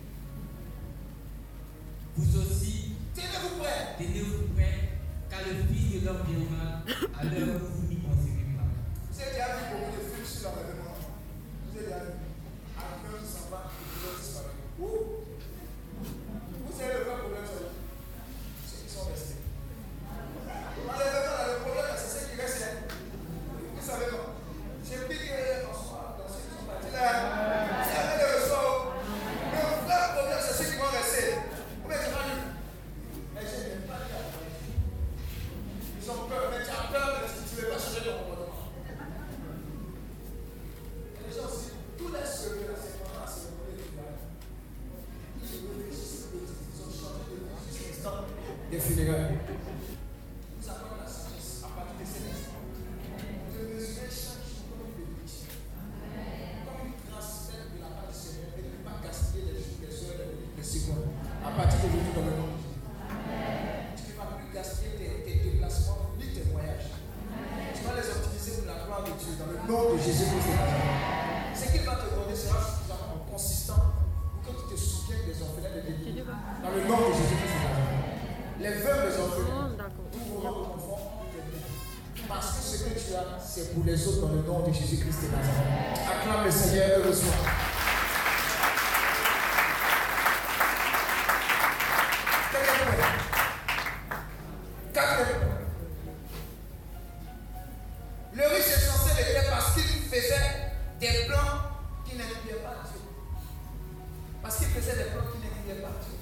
Speaker 3: Vous aussi,
Speaker 2: tenez-vous prêts.
Speaker 3: Tenez-vous prêts, car le Fils de l'homme viendra à l'heure où vous n'y penserez pas.
Speaker 2: Vous avez déjà vu beaucoup de films sur l'enlèvement. Vous avez déjà vu. Après, qui s'en va, ils ont disparu. Vous savez le vrai problème, c'est ceux qui sont restés. L'enlèvement, le problème, c'est ceux qui restent. Vous savez pas. J'ai piqué en soi dans ceux qui sont partis là. Vous savez le ressort. Le vrai problème, c'est ceux qui vont rester. Vous mettez pas lui. Mais je n'aime pas dire. Ils ont peur, mais tu as peur, mais tu ne veux pas changer de comportement. Et les gens aussi, tous les semaines, c'est vraiment assez mauvais du mal. Ils réfléchissent, ils ont changé de vie jusqu'à l'instant des funérailles. Nous avons la sagesse à partir de ces instants de mesurer chaque jour comme une bénédiction, comme une transfert de la part du Seigneur et de ne pas gaspiller les jours, les heures, les minutes, les secondes. À partir d'aujourd'hui, dans le nom de Jésus. Tu ne vas plus gaspiller tes déplacements ni tes voyages. Tu vas les utiliser pour la gloire de Dieu dans le nom de Jésus-Christ. Ce qu'il va te donner sera suffisamment consistant pour que tu te souviennes des orphelins de l'Église. Dans le nom de Jésus-Christ. Les veuves des orphelins trouveront le confort en éternel. Parce que ce que tu as, c'est pour les autres dans le nom de Jésus-Christ de Nazareth. Acclame le Seigneur et reçois. Le riche essentiel était parce qu'il faisait des plans qui n'incluaient pas Dieu. Parce qu'il faisait des plans qui n'incluaient pas Dieu.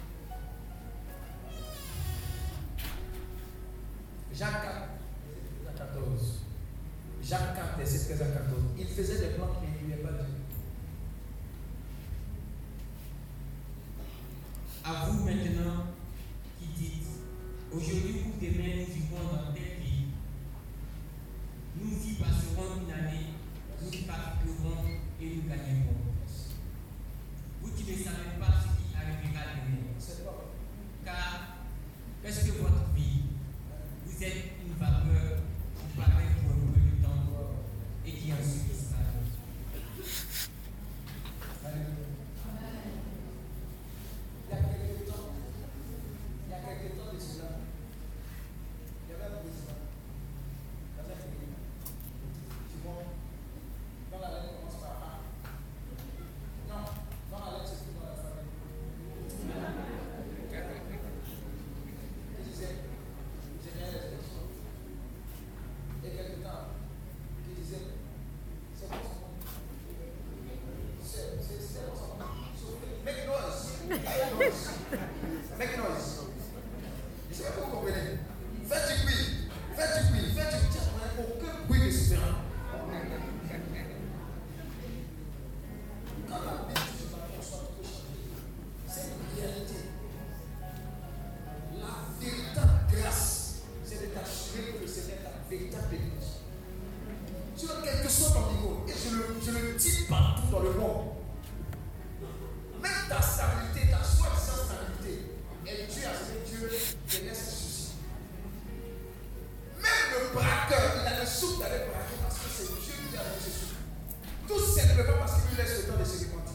Speaker 2: Jacques 4, 14. Jacques 4, verset 13 à 14. Il faisait des plans qui n'incluaient pas Dieu.
Speaker 3: À vous maintenant qui dites, aujourd'hui ou demain nous vivrons dans tel pays. Nous y passerons une année, nous y pratiquerons et nous gagnerons. Vous qui ne savez pas ce qui arrivera demain. Car est-ce que votre vie, vous êtes une vapeur qui paraît pour un peu de temps et qui ensuite disparaît.
Speaker 2: Il y a quelques temps de cela, il y avait un président dans un pays. Tu vois, dans la lettre commence par A. Non, dans la lettre c'est plus dans la famille. Il disait existe partout dans le monde. Même ta stabilité, ta soi-disant stabilité, est due à ce que Dieu te laisse souci. Même le braqueur, il a le souffle d'aller braquer parce que c'est Dieu qui a donné ce souffle. Tout simplement parce qu'il lui laisse le temps de se repentir.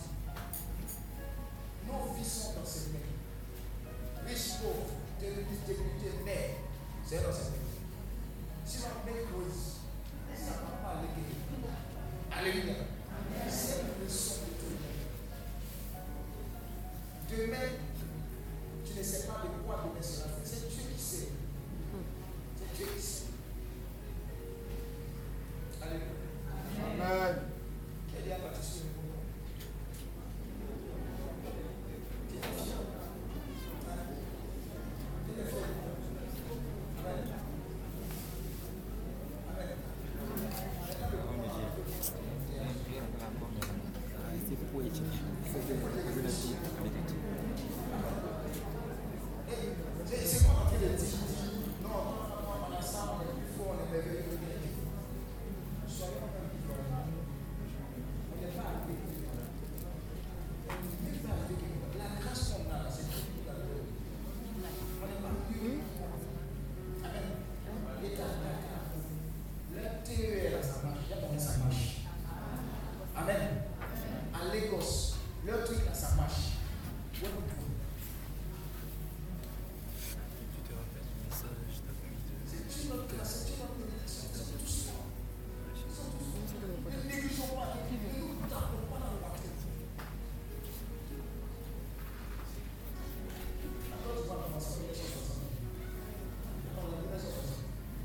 Speaker 2: Nos vies sont dans ses mains. Riche, pauvre, député, mère, c'est dans ses mains. Si on met Moïse, ça ne va pas aller guérir. Alléluia. C'est une leçon de tout. Demain, tu ne sais pas de quoi demain sera fait. C'est Dieu qui sait. C'est Dieu qui sait. Alléluia. Amen. Quel est la partie sur le monde? Tu es fier. Tu es fier. Amen. C'est quoi en train de dire? Non, on a ça, on est plus fort, on est merveilleux. Soyons même plus forts. On n'est pas arrivé. On n'est pas arrivé. La grâce qu'on a, c'est tout pour la gloire. On n'est pas mieux. Amen. L'État, le TER, ça marche. Il y a combien ça marche? Amen. À Lagos, le truc là, ça marche. C'est notre classe, c'est notre bénédiction. Ils sont tous forts. Ils sont tous forts. Ne négligeons pas. Ne nous tapons pas dans le paquet. Quand tu vois la France en 1960, dans la 1960,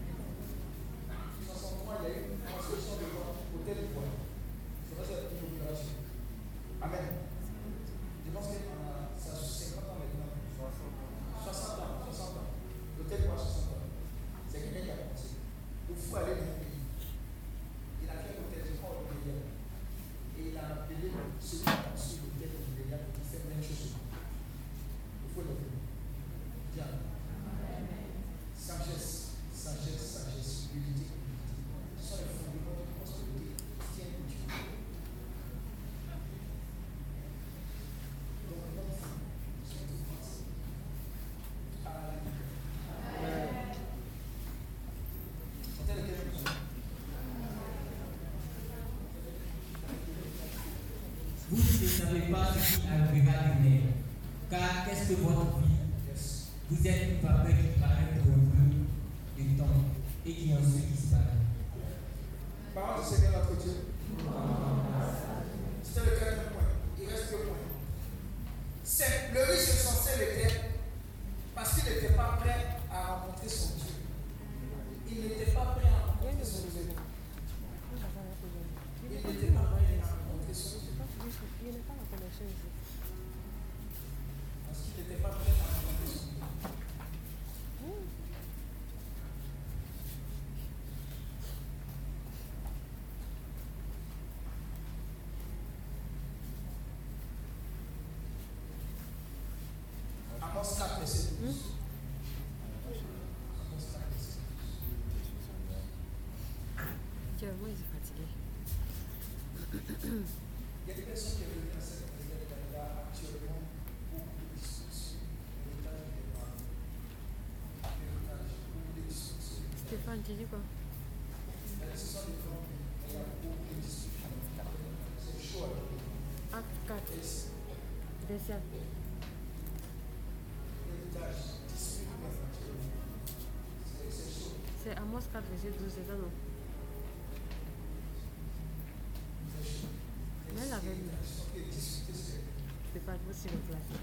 Speaker 2: 1963, il y a eu une construction de voies au tel point. C'est vrai que c'est une opération. Amen. Je pense que ça a 50 ans maintenant. 60 ans. L'hôtel quoi 60 ans. C'est quelqu'un qui a commencé. Il faut aller dans le pays. Il a fait l'hôtel du corps du pays. Et il a appelé celui qui a construit l'hôtel du pays pour qu'il fasse la même chose. Il faut le faire. Bien. Sagesse. Humilité. Ce sont les fondements de prospérité chrétienne et Dieu. Donc, notre foi, c'est de grâce. Alléluia. C'était lequel vous avez?
Speaker 3: Vous ne savez pas ce qui arrivera demain. Car qu'est-ce que votre vie? Vous êtes une vapeur qui paraît pour un peu de temps et qui ensuite disparaît.
Speaker 2: Parole du Seigneur notre Dieu. C'était le quatrième point. Il reste 2 points. C'est le riche insensé l'était parce qu'il n'était pas prêt à rencontrer son Dieu. Il n'était pas prêt à rencontrer son Dieu. Il n'était pas prêt à rencontrer son Dieu. Parce qu'il n'était pas prêt à rencontrer son Dieu. Amos 4, verset 12. Amos 4, verset 12.
Speaker 1: Dieu, moi, il est fatigué.
Speaker 2: Il y a des personnes qui veulent à cette période actuellement beaucoup de destruction. L'héritage n'est pas. L'héritage, beaucoup de destruction.
Speaker 1: Stéphane, tu dis quoi?
Speaker 2: Ce sont des gens qui ont beaucoup de destruction. C'est chaud à dire.
Speaker 1: Acte 4, verset. C'est Amos 4, verset 12, c'est ça, non? Mais elle avait lu. C'est pas possible de classer.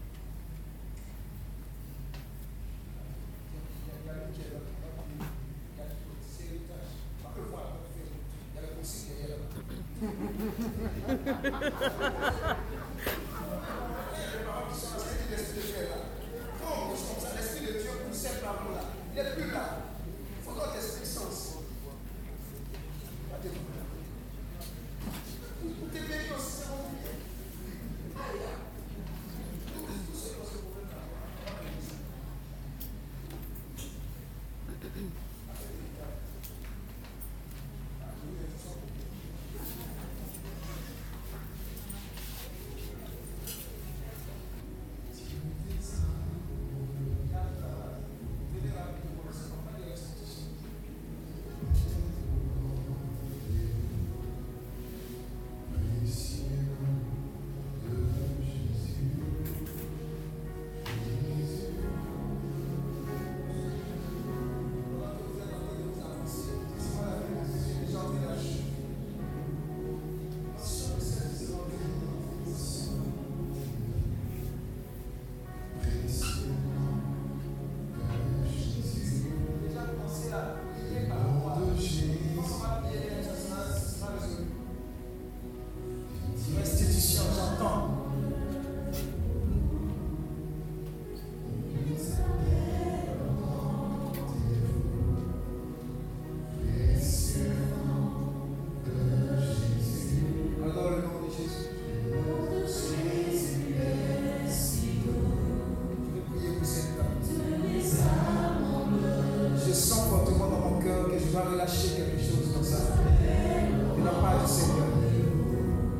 Speaker 2: L'esprit de Dieu pour cette parole-là, il n'est plus là. Il faut qu'on t'explique sens. T'es béni aussi, c'est bon.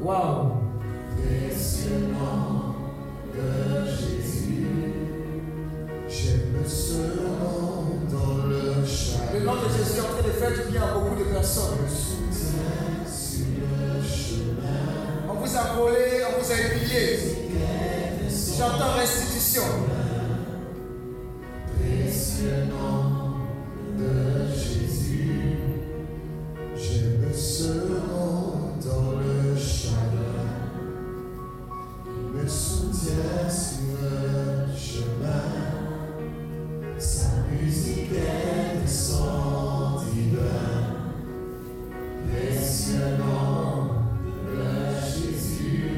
Speaker 2: Waouh.
Speaker 5: Précieux nom de Jésus, j'aime ce nom dans le chagrin.
Speaker 2: Le nom de Jésus est en train de faire du bien à beaucoup de personnes.
Speaker 5: Me soutient sur le chemin.
Speaker 2: On vous a volé, on vous a humilié. J'entends restitution.
Speaker 5: Précieux nom de Jésus, j'aime ce nom dans le chagrin. Il me soutient sur le chemin. Sa musique est de son divin. Précieux nom de Jésus,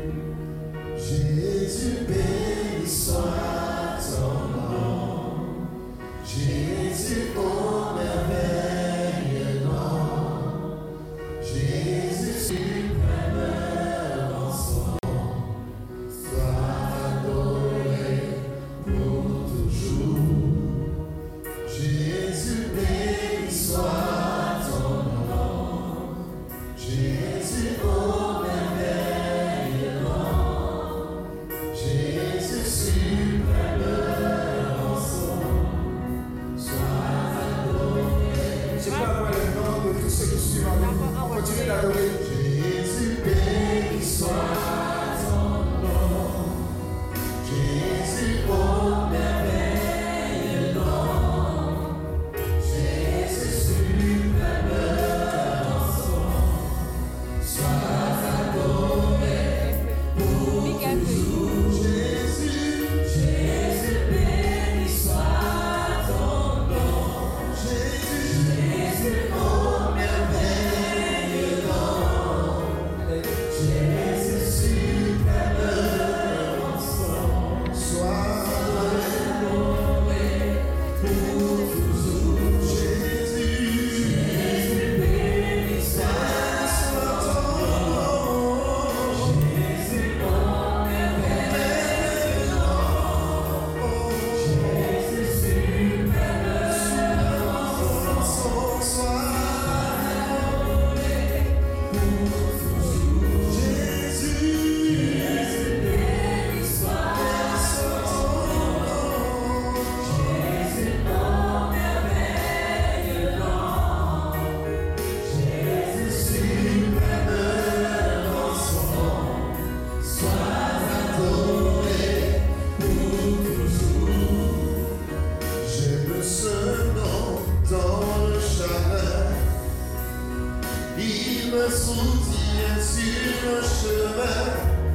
Speaker 5: Jésus béni soit ton nom. Jésus ô merveilleux nom. Jésus suprême rançon. Sois adoré pour toujours. Jésus béni soit ton nom. Jésus ô merveilleux nom. Jésus suprême rançon. Sois adoré.
Speaker 2: Je peux avoir le nom de tous ceux qui suivent en nous. On continue d'adorer.
Speaker 5: Jésus béni soit ton nom. Jésus ô merveilleux nom. Jésus suprême rançon. Sois adoré pour toujours. Jésus béni soit ton nom. Jésus ô merveilleux nom. Jésus suprême rançon. Sois adoré pour toujours. Jésus béni soit ton nom. Jésus ô merveilleux nom. Jésus suprême rançon. Sois adoré pour toujours. Jésus béni soit ton nom. Jésus ô merveilleux nom. Jésus suprême rançon. Sois adoré pour toujours. J'aime ce nom dans le chagrin. Il me soutient sur le chemin.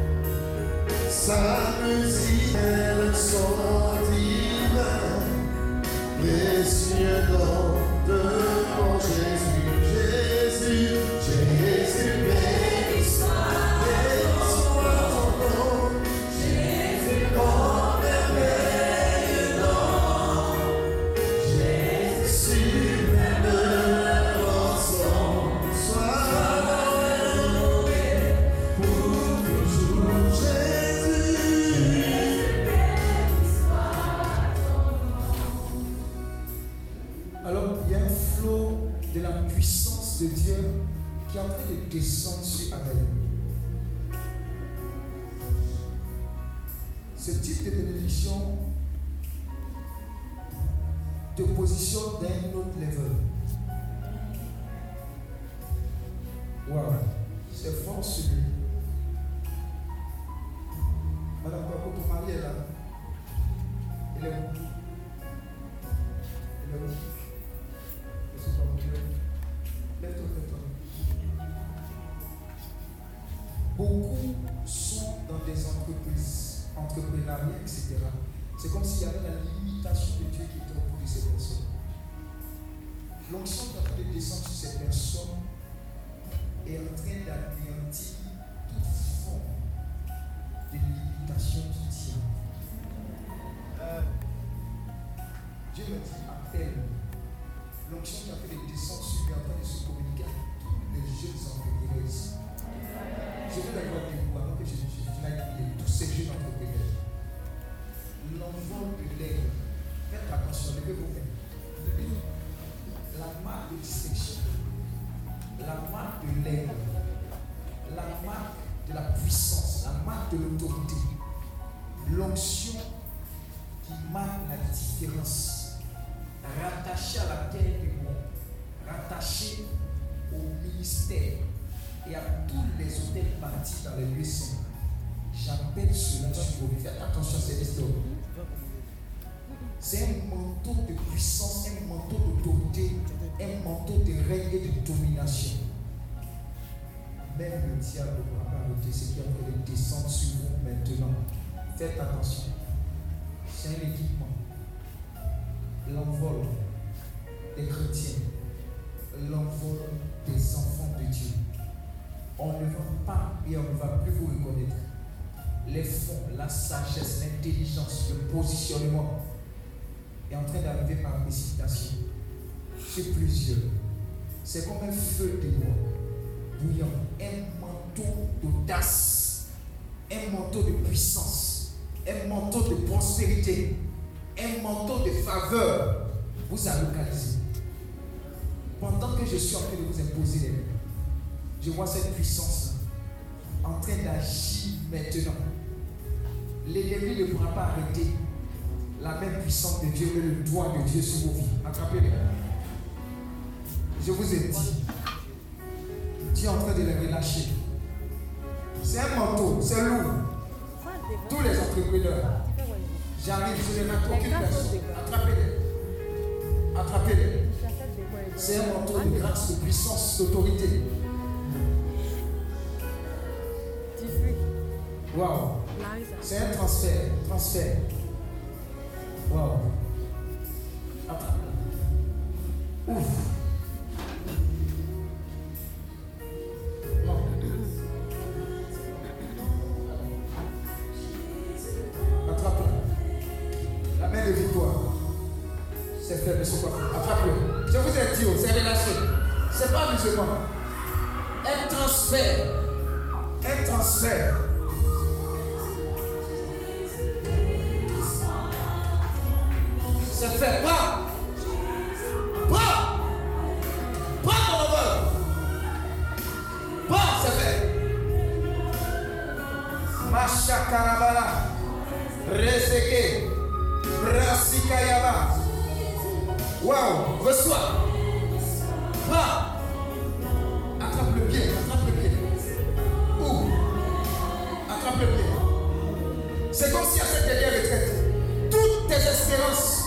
Speaker 5: Sa musique est le son divin. Précieux nom de mon Jésus. Jésus béni soit ton nom. Jésus ô merveilleux nom. Jésus suprême rançon. Sois adoré pour toujours. Jésus béni soit ton nom.
Speaker 2: Alors, il y a un flot de la puissance de Dieu qui est en train de descendre sur Abel. Ce type de bénédiction te positionne dans un autre level. Wow, c'est fort celui. Madame Papa, ton mari est là. Il est où? Il est où? Je ne sais pas où il est. Lève-toi, lève-toi. Beaucoup sont dans des entreprises, entrepreneuriales, etc. C'est comme s'il y avait la limitation de Dieu qui était au bout de ces personnes. L'onction qui est en train de descendre sur ces personnes est en train d'anéantir toute forme de limitation qui tient. Dieu me dit appelle. L'onction qui a fait des descentes sur lui en train de se communiquer à tous les jeunes entrepreneurs. Je veux d'accord avec vous avant que je n'aille prier tous ces jeunes entrepreneurs. L'envol de l'aigle. Faites attention, levez vos mains. La marque de distinction. La marque de l'aigle. La marque de la puissance, la marque de l'autorité, l'onction qui marque la différence, rattachée à la terre du monde, rattachée au ministère et à tous les hôtels bâtis dans les lieux saints. J'appelle cela sur vos vies. Faites attention à cette histoire. C'est un manteau de puissance, un manteau d'autorité, un manteau de règne et de domination. Même le diable ne pourra pas arrêter ce qui est en train de descendre sur vous maintenant. Faites attention. C'est un équipement. L'envol des chrétiens, l'envol des enfants de Dieu. On ne va pas et on ne va plus vous reconnaître. Les fonds, la sagesse, l'intelligence, le positionnement est en train d'arriver par précipitation sur plusieurs. C'est comme un feu de bois bouillant, un manteau d'audace, un manteau de puissance, un manteau de prospérité, un manteau de faveur vous a localisé. Pendant que je suis en train de vous imposer les mains, je vois cette puissance en train d'agir maintenant. L'ennemi ne pourra pas arrêter la même puissance de Dieu et le doigt de Dieu sur vos vies. Attrapez-les. Je vous ai dit, Dieu est en train de les relâcher. C'est un manteau, c'est lourd. Tous les entrepreneurs, j'arrive, je ne n'attrape aucune personne. Attrapez-les. Attrapez-les. C'est un manteau de grâce, de puissance, d'autorité. Waouh. C'est un transfert. Waouh. Attrape-le. Ouf. Attrape-le. La main de victoire. C'est fait, monsieur quoi. Attrape-le. Je vous ai dit, c'est relâché. C'est pas musulman. Un transfert. C'est fait. Prends ton envol. Prends, c'est fait. Machakarabala. Reseke. Brasikayaba. Waouh, reçois. Prends. Attrape le pied. Ouvre. Attrape le pied. C'est comme si à cette dernière retraite, toutes tes espérances,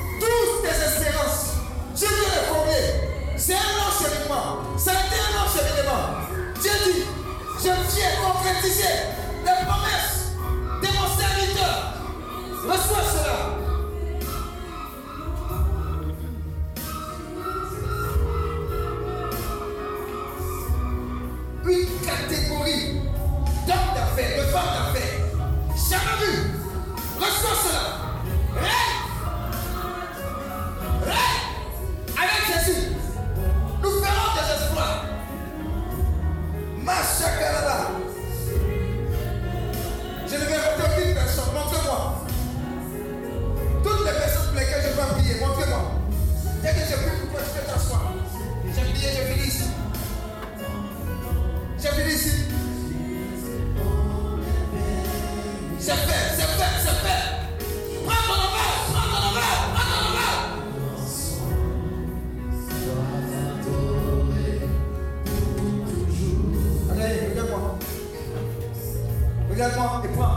Speaker 2: Dieu veut les combler. C'est un long cheminement. Ça a été un long cheminement. Dieu dit, je viens concrétiser les promesses de mon serviteur. Reçois cela. Une catégorie d'hommes d'affaires, de femmes d'affaires, jamais vu. Reçois cela. Avec Jésus, nous ferons des exploits. Machakalala. Je ne vais retenir aucune personne. Montrez-moi. Toutes les personnes pour lesquelles je vais prier, montrez-moi. Dès que je prie, pourquoi tu peux t'asseoir? J'ai prié, je finis ici. C'est fait. Prends ton envol. Allez, regarde-moi et prends.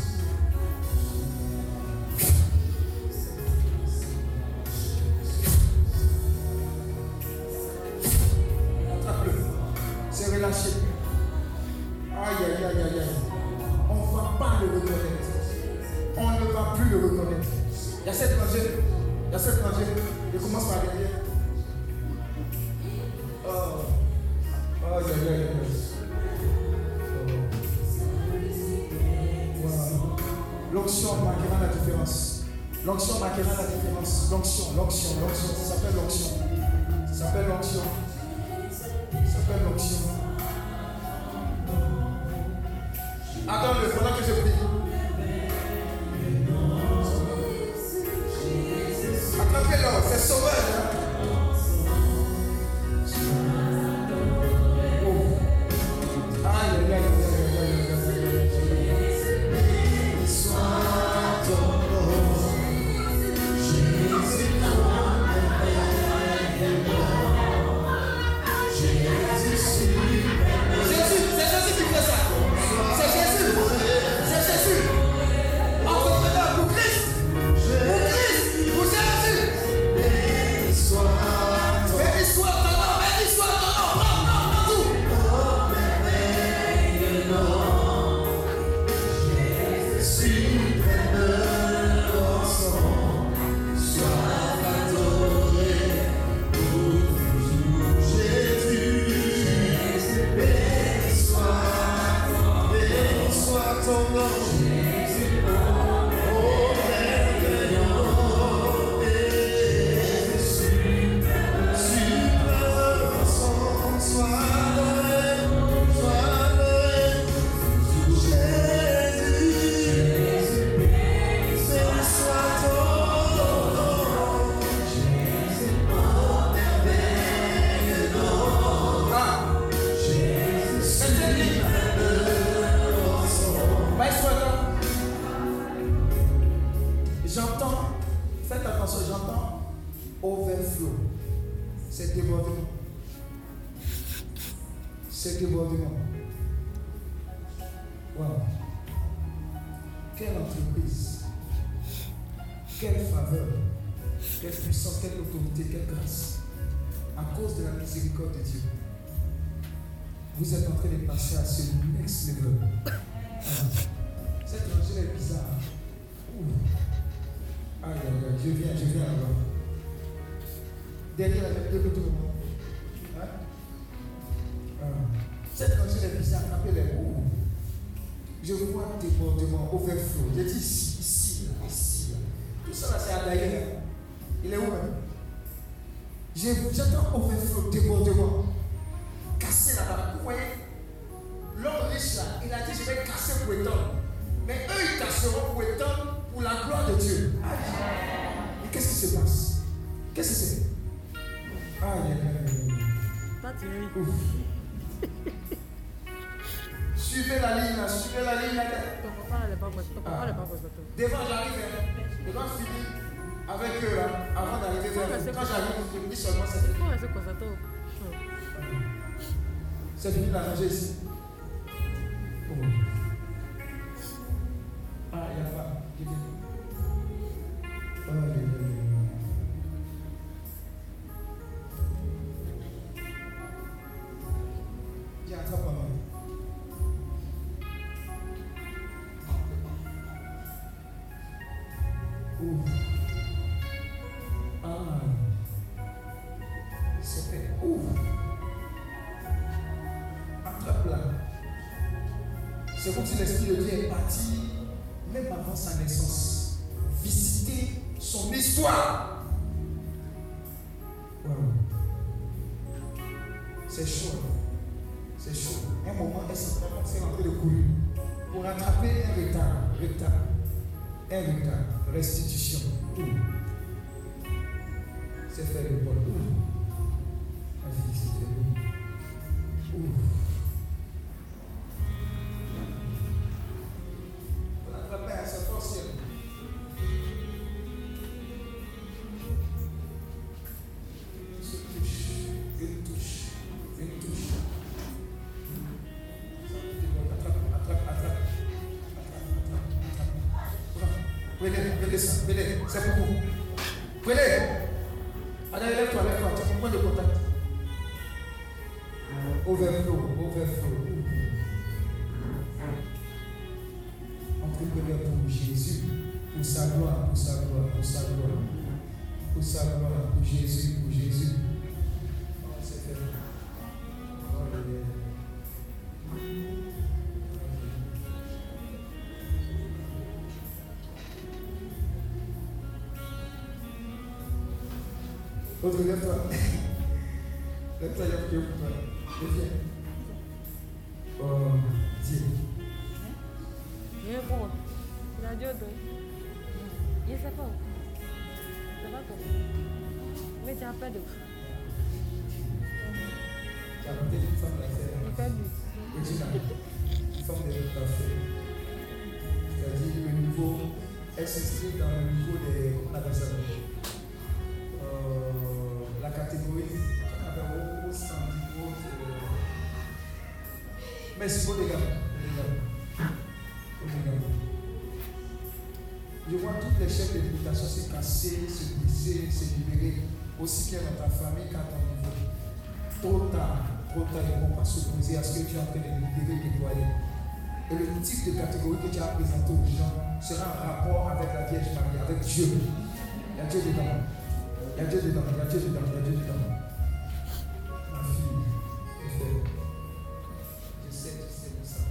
Speaker 2: Attrape-le. C'est relâché. Aïe. On ne va pas le reconnaître. On ne va plus le reconnaître. Il y a cet étranger. Je commence par derrière. L'onction marquera la différence. L'onction. Ça s'appelle l'onction. Attends-le pendant que je prie. Attrapez-le, c'est sauvage. Aïe. C'est débordement. Wow. Quelle entreprise, quelle faveur, quelle puissance, quelle autorité, quelle grâce. À cause de la miséricorde de Dieu, vous êtes en train de passer à ce next level. Cette rangée est bizarre. Aïe, aïe, aïe, je viens là-bas. Derrière la tête de tout le monde. Cette rangée est bizarre, attrapez-les. Je vois débordement, overflow. J'ai dit ici, là. Tout ça là, c'est à d'ailleurs. Il est où même? J'entends overflow, débordement. Casser là-bas. Vous voyez? L'homme riche là, il a dit je vais casser pour étendre. Mais eux, ils casseront pour étendre pour la gloire de Dieu. Mais qu'est-ce qui se passe? Qu'est-ce que c'est? Suivez la ligne là, suivez la ligne là. Devant, j'arrive, devant finir avec eux là, avant d'arriver vers eux. Quand j'arrive, je me dis seulement c'est fini. C'est fini la rangée ici. Il n'y a pas. Tiens, attrape-moi. C'est fait. Attrape-la. C'est comme si l'Esprit de Dieu est parti, même avant sa naissance, visiter son histoire. Wow. C'est chaud. C'est chaud. Un moment, elle s'est en train de courir pour rattraper un retard. Restitution. C'est fait le bol. Vas-y, c'est fait le bol. Pour l'attraper à sa force. Une touche. Attrape. Prenez ça, c'est pour vous. Prenez. Allez, lève-toi, tu as un point de contact. Overflow. Entrepreneur pour Jésus, pour sa gloire, pour Jésus. Oh, c'est fait. Autre, lève-toi. Lève-toi, il y a pour toi. Viens. Oh, Dieu.
Speaker 6: Il est bon. Il a Dieu de. Il sait pas. Ça va quoi? Mais tu as pas de.
Speaker 2: Tu as peut-être une femme d'affaires.
Speaker 6: Il fait lui.
Speaker 2: Et tu as une femme d'affaires. C'est-à-dire le niveau, elle s'inscrit dans le niveau des. Comment on appelle ça? La catégorie. Merci pour les gars. Je vois toutes les chaînes de limitation se casser, se briser, se libérer, aussi bien dans ta famille qu'à ton niveau. Trop tard, ils ne vont pas s'opposer à ce que tu es en train de libérer et déployer. Et le type de catégorie que tu as présenté aux gens sera en rapport avec la Vierge Marie, avec Dieu. Il y a Dieu dedans. Ma fille, je sais de ça.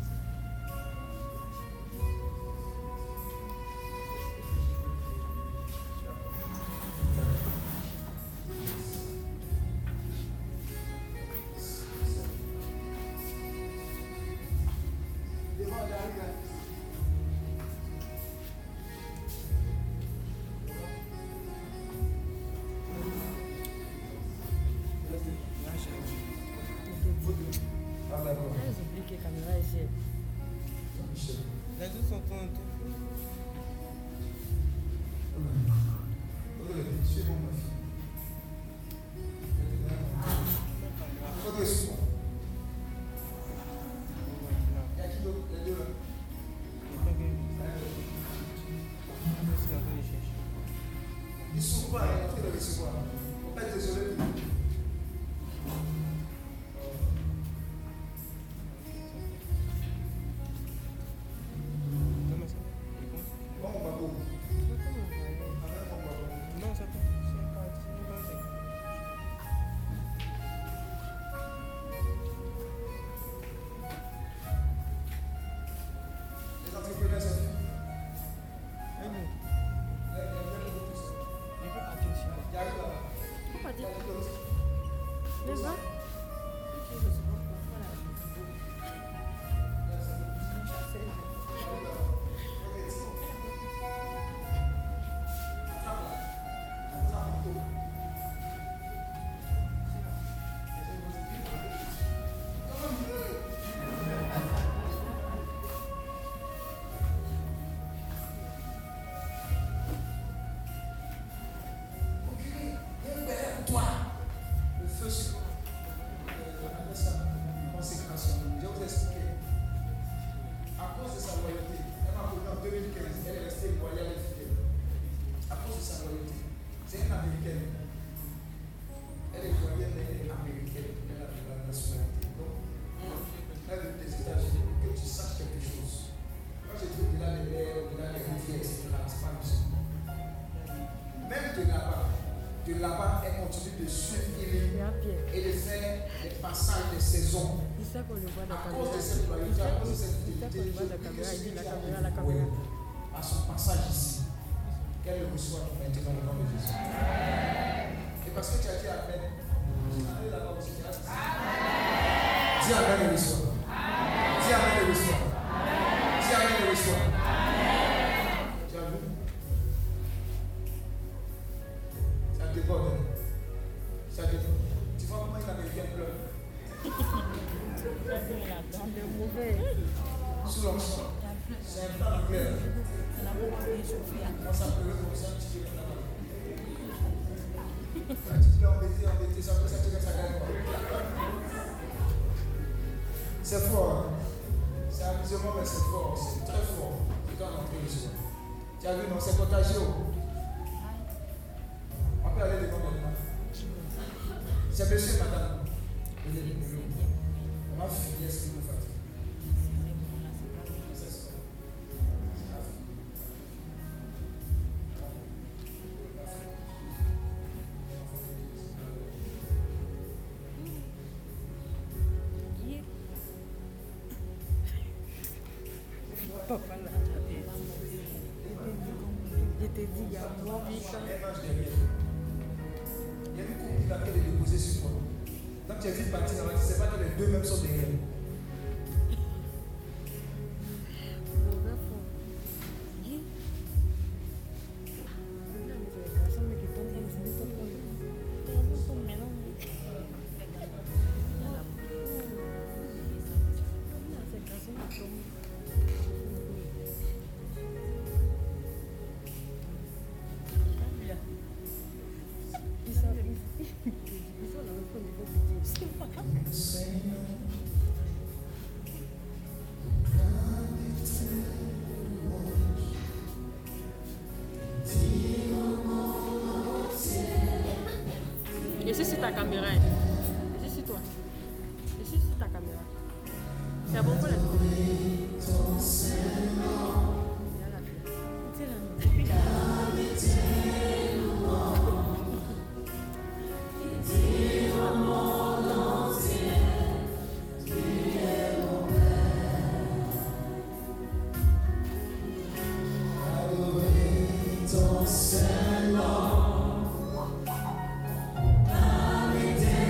Speaker 4: Les autres sont en tout.
Speaker 2: Suivons ma fille. recevoir. On peut être désolé. Bon, Babo.
Speaker 4: Non, c'est pas.
Speaker 2: Les entrepreneurs sont venus. Il arrive là-bas.
Speaker 6: Pourquoi
Speaker 2: Il
Speaker 6: dire
Speaker 2: arrive là-bas.
Speaker 6: Mais va.
Speaker 2: Le feu sur on appelle ça consécration. Je vais vous expliquer. À cause de sa loyauté, elle m'a connue en 2015, elle est restée loyale et fidèle. À cause de sa loyauté. C'est une américaine. Elle est loyale, mais elle est américaine. Elle a la nationalité. Donc, elle est des États-Unis pour que tu saches quelque chose. Quand je dis au-delà des mers, au-delà des rivières, etc., c'est pas possible. Même de là-bas, elle continue de suivre
Speaker 6: Et à pied.
Speaker 2: et de faire les passages des saisons.
Speaker 6: C'est ça qu'on le voit dans
Speaker 2: À
Speaker 6: la
Speaker 2: cause de
Speaker 6: caméra.
Speaker 2: cette loyauté, à cause de cette
Speaker 6: C'est ça qu'on
Speaker 2: fidélité,
Speaker 6: le voit dans la
Speaker 2: je prie que
Speaker 6: caméra. Il
Speaker 2: celui
Speaker 6: dit la
Speaker 2: qui a
Speaker 6: caméra,
Speaker 2: envie
Speaker 6: la
Speaker 2: de
Speaker 6: caméra.
Speaker 2: à son passage ici, qu'elle le reçoive maintenant au nom de Jésus. Et parce que tu as dit Amen, allez là-bas aussi, dis Amen et reçois. Dis Amen et reçois. Dis Amen et reçois. Tu as vu? Ça déborde. Ça déborde. Tu vois comment une américaine pleure?
Speaker 6: Il est mauvais.
Speaker 2: Sous l'onction. C'est un plan nucléaire. On s'en pleurait comme ça, un petit peu là-bas. Un petit peu embêté, ça peut s'attirer sa gagne. C'est fort. Hein? C'est amusement, mais c'est fort. C'est très fort. Tu dois l'entrer le soir. Tu as vu, non, c'est contagieux. On peut aller devant les mains. C'est monsieur, madame. On va finir ce que vous faites.
Speaker 6: Papa là. Je t'ai dit, il y a moins vite.
Speaker 2: Elle marche derrière. Il y a une coupe qui va te déposer sur toi. Donc tu as vu partir là-bas, tu ne sais pas que les deux mêmes sont derrière.
Speaker 6: Mauvais fond. Guy. Là, mais c'est les garçons qui tombent dans le cinéma. Ils sont maintenant. C'est les garçons qui tombent. Ils sont là, il faut les
Speaker 2: Seigneur,
Speaker 6: Et si c'est ta caméra, et si c'est toi, et si c'est ta caméra, c'est bon pour les autres.
Speaker 2: ton Seigneur,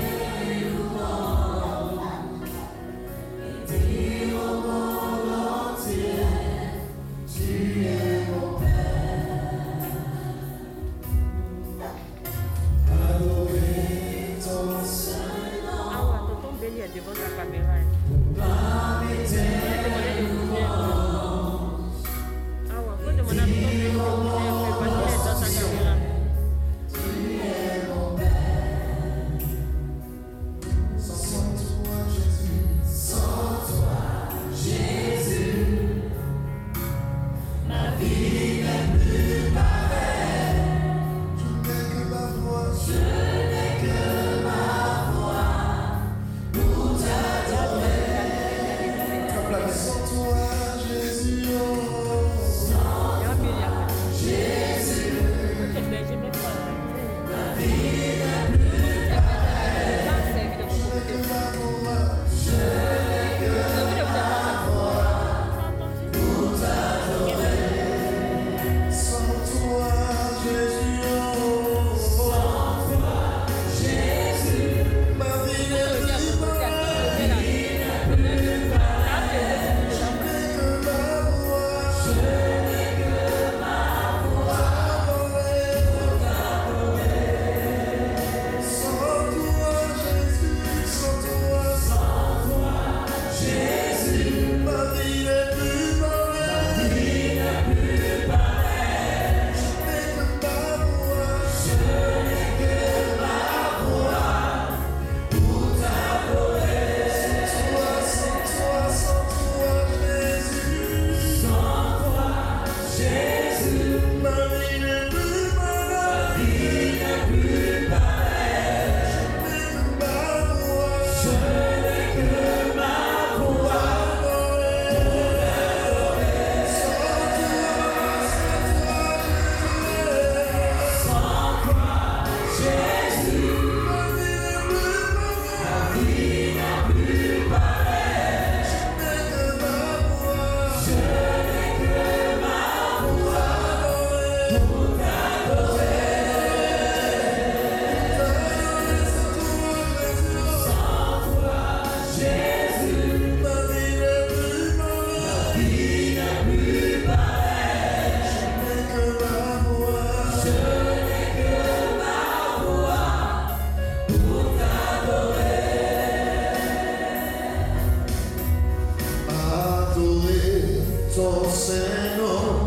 Speaker 5: ton Saint-Nom,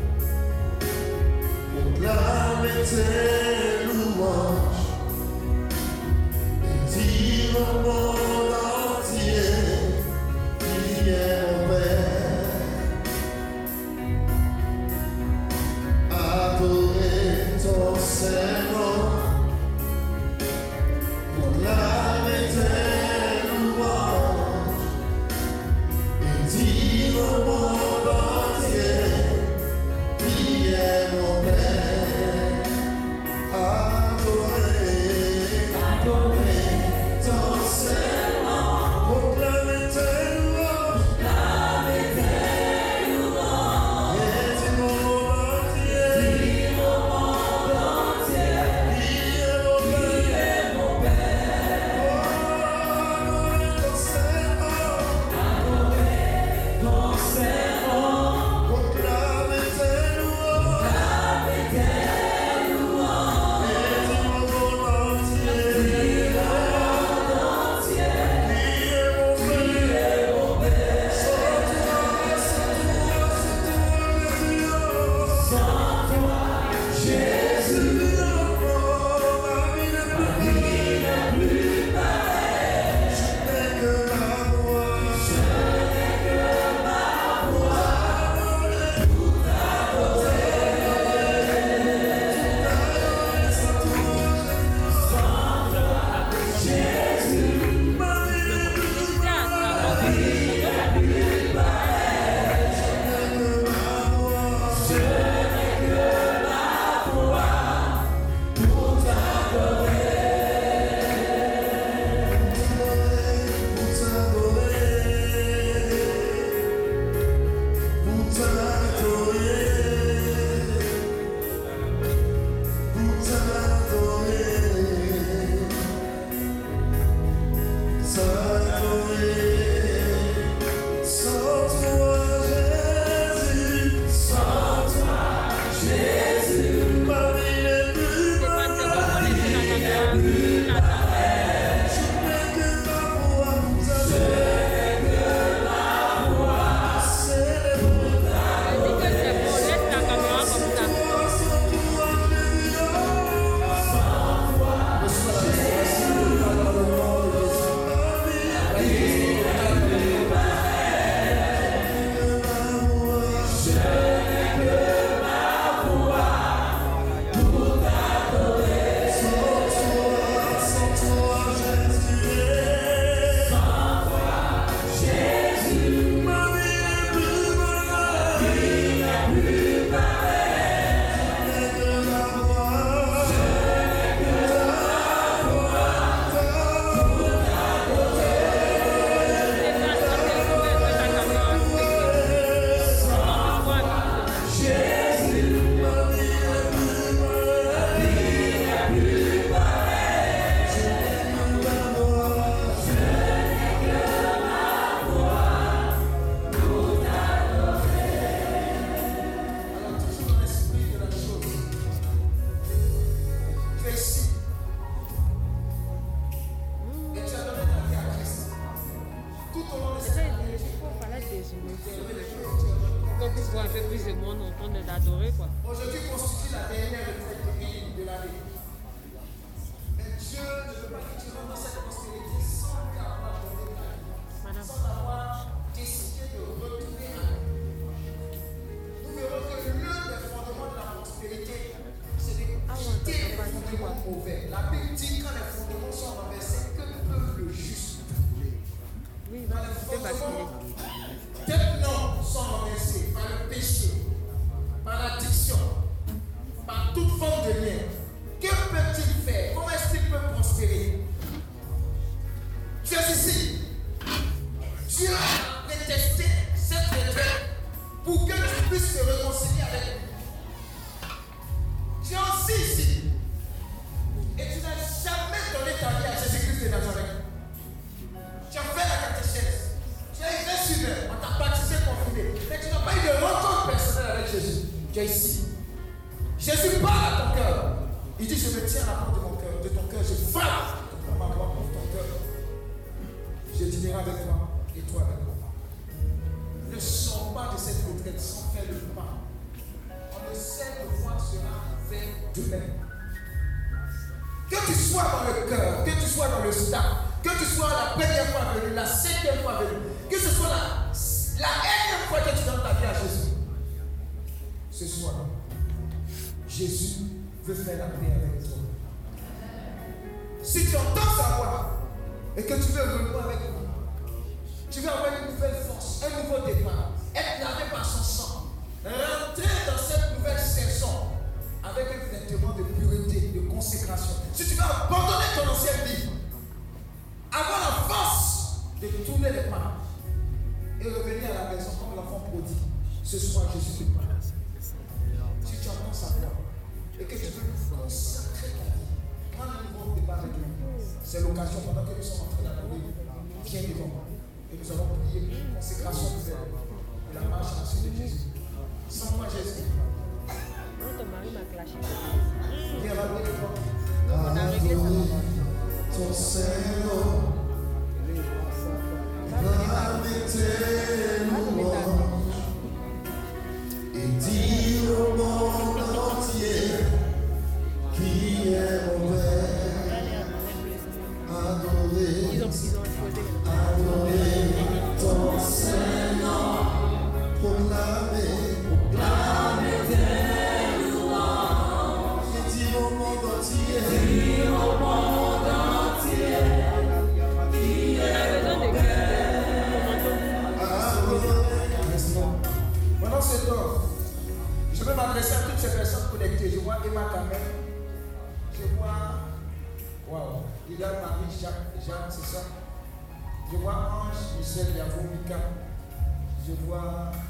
Speaker 5: proclame tes louanges, et dire au monde entier qui est mon Père. Adorer ton Saint-Nom, proclame tes louanges, et dire au monde entier qui est mon Père. Adorer ton Saint-Nom, proclame tes louanges, et dire au monde entier qui est mon Père. Adorer ton Saint-Nom, proclame tes louanges, et dire au monde entier
Speaker 6: Qu'on puisse voir un peu plus de monde en train d'adorer, quoi.
Speaker 2: Aujourd'hui constitue la dernière retraite de l'année. Mais Dieu ne veut pas que tu rentres dans cette prospérité sans avoir donné ta vie, sans avoir décidé de retourner à nous. Nous verrons que l'un des fondements de la prospérité, c'est de quitter les fondements mauvais. La Bible dit quand les fondements sont renversés, que peut le juste trouver?
Speaker 6: Oui, il va se basculer.
Speaker 2: Tes noms sont renversés par le péché, par l'addiction, par toute forme de lien. Que peut-il faire? Comment est-ce qu'il peut prospérer? Tu es ici. Dieu a détesté cette retraite pour que tu puisses te réconcilier avec lui. Tu es aussi ici. Et tu n'as jamais donné ta vie à Jésus-Christ de Nazareth. Tu as fait la catéchèse. Tu as été suivi, on t'a baptisé, confirmé. Mais tu n'as pas eu de rencontre personnelle avec Jésus. Tu es ici. Jésus parle à ton cœur. Il dit, je me tiens à la porte de mon cœur, de ton cœur. Je frappe à ma voix pour ton cœur. Je dînerai avec toi et toi avec moi. Ne sors pas de cette route. sera fait demain. Que tu sois dans le cœur, que tu sois dans le staff, que tu sois la première fois venu, la 7e fois venu, que ce soit la énième fois que tu donnes ta vie à Jésus. Ce soir, Jésus veut faire la paix avec toi. Si tu entends sa voix et que tu veux renouer avec lui, tu veux avoir une nouvelle force, un nouveau départ, être lavé par son sang, rentrer dans cette nouvelle saison avec un vêtement de pureté, de consécration. Si tu veux abandonner ton ancienne vie, avoir la force de tourner les pas et revenir à la maison comme l'enfant prodigue, ce soir Jésus te parle. Si tu entends sa voix et que tu veux consacrer ta vie, prendre un nouveau départ avec lui, c'est l'occasion pendant que nous sommes en train d'adorer. Viens devant moi. Et nous allons prier pour une consécration nouvelle de la marche à la suite de Jésus. Sans moi, Jésus.
Speaker 6: Ton mari m'a clashé.
Speaker 2: Viens là, viens devant.
Speaker 6: On a réglé ça.
Speaker 5: Ton Seigneur, avec tes louanges, et dire au monde entier qui est mon Père. Adorer ton Seigneur, proclamer tes louanges, et dire au monde entier qui est mon Père.
Speaker 2: Pendant ce temps, je vais m'adresser à toutes ces personnes connectées. Je vois Emma Kamel. Je vois. Waouh. Il y a Marie, Jacques, c'est ça. Je vois Ange, Michel, Yavou, Mika. Je vois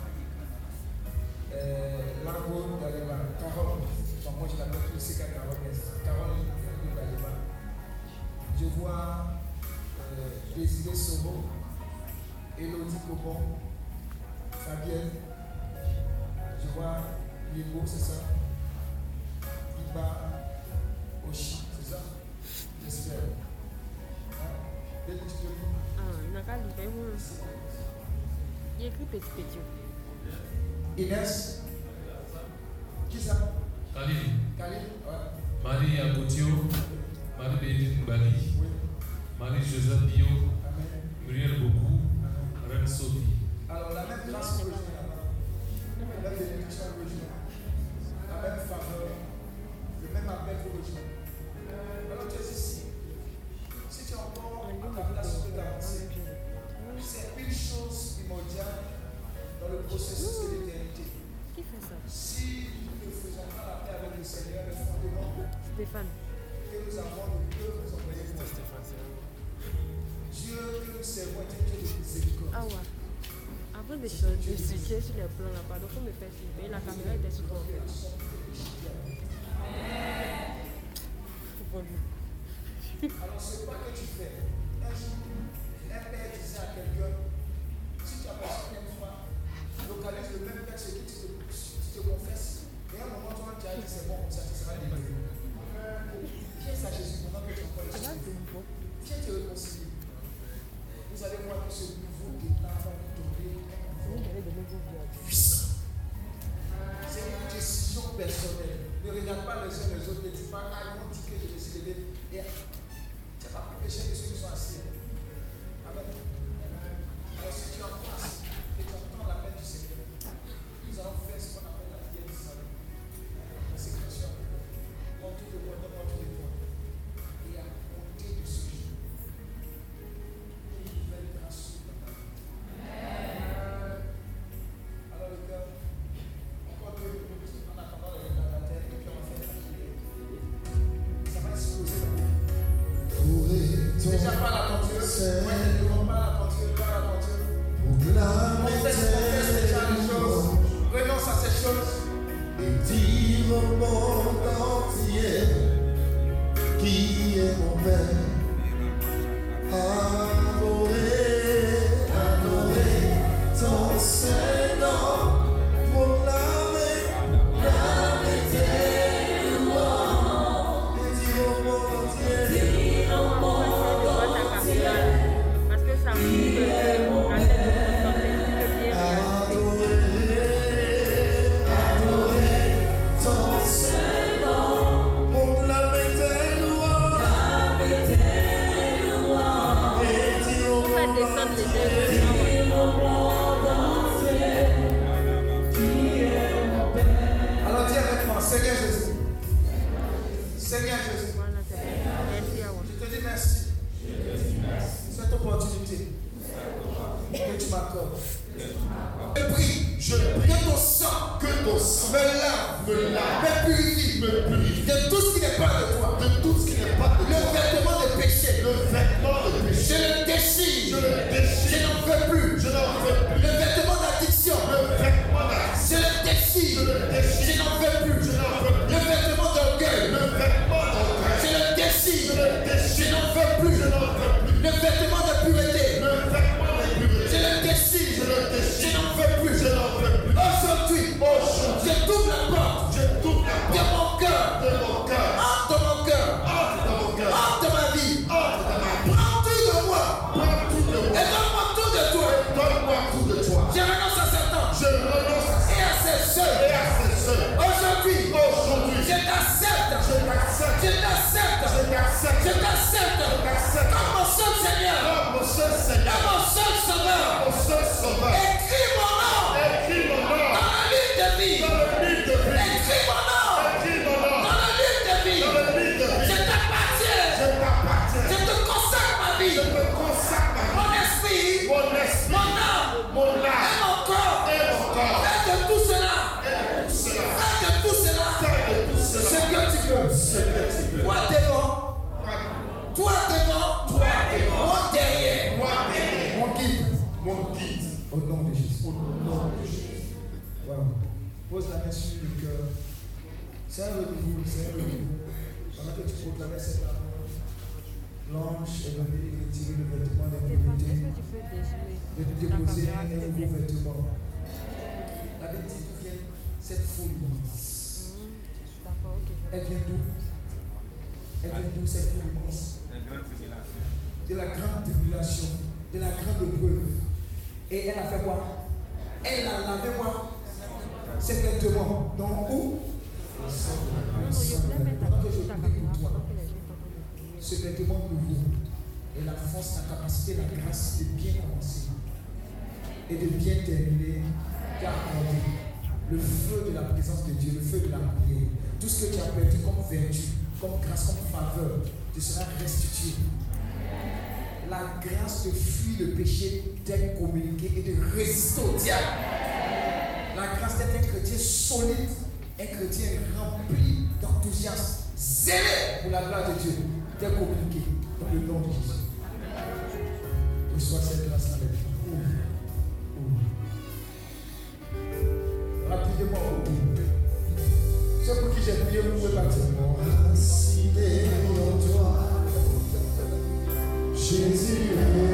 Speaker 2: Largo Daleba, Carole. Moi je l'appelle plus c'est Carole. Carole Daleba. Je vois Désiré Sobo, Elodie Cobon, Fabienne. Je vois Libo, c'est ça. Iba, Oshi, c'est ça. J'espère.
Speaker 6: Ah, il n'a qu'à lire. Il écrit petit petit.
Speaker 2: Inès. Qui ça?
Speaker 3: Khalil.
Speaker 2: Khalil, ouais.
Speaker 3: Marie Agotio, Marie Bénédicte Mbali,
Speaker 2: Oui.
Speaker 3: Marie Joseph Bio,
Speaker 2: Amen.
Speaker 3: Muriel Boku, Reine Sophie.
Speaker 2: Alors la même grâce rejoint là-bas. La même bénédiction rejoint. La même faveur. Le même appel vous rejoint. Alors tu es ici. Si tu es encore à ta place de garantie, c'est une chose primordiale dans le processus de l'éternité.
Speaker 6: Qui fait ça?
Speaker 2: Si nous ne faisons pas la paix avec le Seigneur, le fondement
Speaker 6: Stéphane.
Speaker 2: que nous avons de Dieu nous envoyer pour Dieu que nous servons est un Dieu de miséricorde.
Speaker 6: Ah ouais. Avant de switcher sur les plans là-bas, donc on me fait filmer, la caméra était sur toi.
Speaker 2: Alors ce pas que tu fais. Un jour, un père disait à quelqu'un, si tu as passé une fois, localise le même père sur qui tu te confesses. Et à un moment, toi, tu as dit c'est bon comme ça, tu seras libéré. Viens à Jésus pendant que tu es encore ici. Viens te réconcilier. Vous allez voir que ce nouveau départ va vous donner puissant. C'est une décision personnelle. Ne regarde pas les uns les autres, ne dis pas, ah, ils m'ont dit que je me suis levé. Et tu n'as pas plus péché que ceux qui sont assis. Amen. Alors si tu es en place et tu entends l'appel du Seigneur, nous allons faire ce qu'on appelle la prière du salut. La sécrétion. Prends tout le monde, donne-moi tous les points. Et à compter de ce jour, une nouvelle grâce sur ta vie. Alors le cœur, encore 2 minutes en attendant le retardataire, et puis on va faire la prière. Ça va exploser là. Déjà pas la conduite. Ouais, ne demande pas la conduite, pas la conduite. Confesse déjà les choses. Renonce à ces choses.
Speaker 5: Et dire au monde entier qui est mon Père. Adorer ton Seigneur, proclamer tes louanges, et dire au monde entier.
Speaker 6: Parce que ça me
Speaker 5: Adorer ton Seigneur. m'endosse,
Speaker 2: me lave, me purifie
Speaker 5: de
Speaker 2: de tout ce qui n'est pas de toi.
Speaker 5: tout ce qui n'est pas de
Speaker 2: Le
Speaker 5: toi.
Speaker 2: vêtement de péché,
Speaker 5: Le vêtement de
Speaker 2: je
Speaker 5: péché,
Speaker 2: le déchire.
Speaker 5: je le
Speaker 2: Je
Speaker 5: déchire,
Speaker 2: n'en veux plus.
Speaker 5: je n'en veux plus.
Speaker 2: Le vêtement d'addiction,
Speaker 5: Le vêtement d'addiction,
Speaker 2: je le déchire.
Speaker 5: je le déchire,
Speaker 2: Je n'en veux plus.
Speaker 5: je n'en veux plus.
Speaker 2: Le vêtement d'orgueil,
Speaker 5: Le vêtement
Speaker 2: je
Speaker 5: d'orgueil,
Speaker 2: le déchire.
Speaker 5: je le déchire,
Speaker 2: Je n'en veux plus.
Speaker 5: je n'en veux plus.
Speaker 2: Le vêtement de pureté,
Speaker 5: Le vêtement de
Speaker 2: je
Speaker 5: pureté,
Speaker 2: le déchire.
Speaker 5: je le
Speaker 2: Je
Speaker 5: déchire,
Speaker 2: n'en veux plus.
Speaker 5: je n'en veux plus.
Speaker 2: Aujourd'hui,
Speaker 5: Aujourd'hui,
Speaker 2: je t'ouvre la porte
Speaker 5: je t'ouvre la
Speaker 2: de
Speaker 5: porte
Speaker 2: mon cœur.
Speaker 5: de mon cœur.
Speaker 2: Entre dans mon cœur.
Speaker 5: Entre dans mon cœur.
Speaker 2: Entre dans ma vie.
Speaker 5: Entre dans ma vie.
Speaker 2: Prends tout de moi.
Speaker 5: Prends tout de
Speaker 2: Et
Speaker 5: moi.
Speaker 2: donne-moi tout de toi.
Speaker 5: Donne-moi tout de toi.
Speaker 2: Je renonce à Satan
Speaker 5: Je renonce à
Speaker 2: et à ses
Speaker 5: ça
Speaker 2: œuvres.
Speaker 5: et à ses œuvres.
Speaker 2: Aujourd'hui,
Speaker 5: Aujourd'hui,
Speaker 2: je t'accepte.
Speaker 5: je t'accepte.
Speaker 2: Je t'accepte.
Speaker 5: Je t'accepte.
Speaker 2: Je t'accepte.
Speaker 5: t'accepte.
Speaker 2: Comme mon seul Seigneur.
Speaker 5: Comme mon seul
Speaker 2: Comme
Speaker 5: Seigneur,
Speaker 2: mon seul Sauveur.
Speaker 5: mon seul sauveur.
Speaker 2: Écris mon nom
Speaker 5: Écris mon nom
Speaker 2: dans la livre de vie.
Speaker 5: dans le livre de vie.
Speaker 2: Écris mon nom
Speaker 5: Écris mon nom
Speaker 2: dans le livre de vie.
Speaker 5: dans le livre de
Speaker 2: Je
Speaker 5: vie.
Speaker 2: t'appartiens.
Speaker 5: Je t'appartiens.
Speaker 2: Je te consacre ma vie.
Speaker 5: Je te consacre ma
Speaker 2: Mon
Speaker 5: vie,
Speaker 2: esprit,
Speaker 5: mon esprit,
Speaker 2: mon âme
Speaker 5: mon
Speaker 2: et
Speaker 5: âme
Speaker 2: mon corps.
Speaker 5: et mon corps.
Speaker 2: Fais de tout cela.
Speaker 5: Et tout cela,
Speaker 2: Fais de tout cela.
Speaker 5: fais de tout
Speaker 2: Ce
Speaker 5: cela
Speaker 2: que tu veux.
Speaker 5: ce que tu veux.
Speaker 2: Toi devant. Toi devant.
Speaker 5: Toi devant,
Speaker 2: Moi derrière.
Speaker 5: moi derrière.
Speaker 2: Mon guide.
Speaker 5: Mon guide,
Speaker 2: Au nom de Jésus.
Speaker 5: au nom de Jésus.
Speaker 2: Voilà. Pose la main sur le cœur. C'est un renouveau, c'est un renouveau. Pendant que tu proclames cette parole, l'ange est venu retirer le vêtement
Speaker 6: Est-ce
Speaker 2: d'impureté,
Speaker 6: que tu peux déjouer
Speaker 2: de te
Speaker 6: ta
Speaker 2: déposer
Speaker 6: caméra
Speaker 2: un
Speaker 6: s'il te
Speaker 2: nouveau
Speaker 6: plaît?
Speaker 2: vêtement. La Bible dit d'où vient cette foule immense.
Speaker 6: D'accord, ok.
Speaker 2: Elle vient d'où? Elle vient d'où cette foule immense? De la grande tribulation, de la grande épreuve. Et elle a fait quoi? Elle a lavé quoi? Ses vêtements. Donc où?
Speaker 6: Non, non, je voulais mettre
Speaker 2: Pendant que je
Speaker 6: ta
Speaker 2: prie
Speaker 6: caméra
Speaker 2: pour toi,
Speaker 6: pendant que les gens t'entendent.
Speaker 2: ce vêtement nouveau et la force, la capacité, la grâce de bien commencer et de bien terminer, car le feu de la présence de Dieu, le feu de la prière, tout ce que tu as perdu comme vertu, comme grâce, comme faveur, te sera restitué. La grâce de fuir le péché, d'être communiqué et de résister au diable. La grâce d'être un chrétien solide, un chrétien rempli d'enthousiasme, zélé pour la gloire de Dieu, d'être communiqué dans le nom de Jésus. Reçois cette grâce avec toi. Rapidement, ceux pour qui j'ai prié, vous pouvez partir.
Speaker 5: Raciné en toi, Jésus,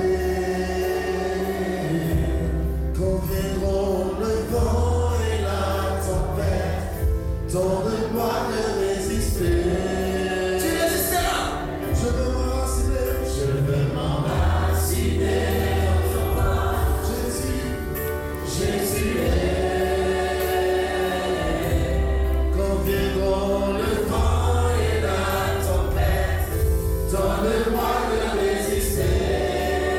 Speaker 5: quand viendront le vent et la tempête, donne-moi de résister.
Speaker 2: Tu résisteras.
Speaker 5: Je veux m'enraciner, je veux m'enraciner en toi, Jésus, Jésus, quand viendront le vent et la tempête, donne-moi de résister.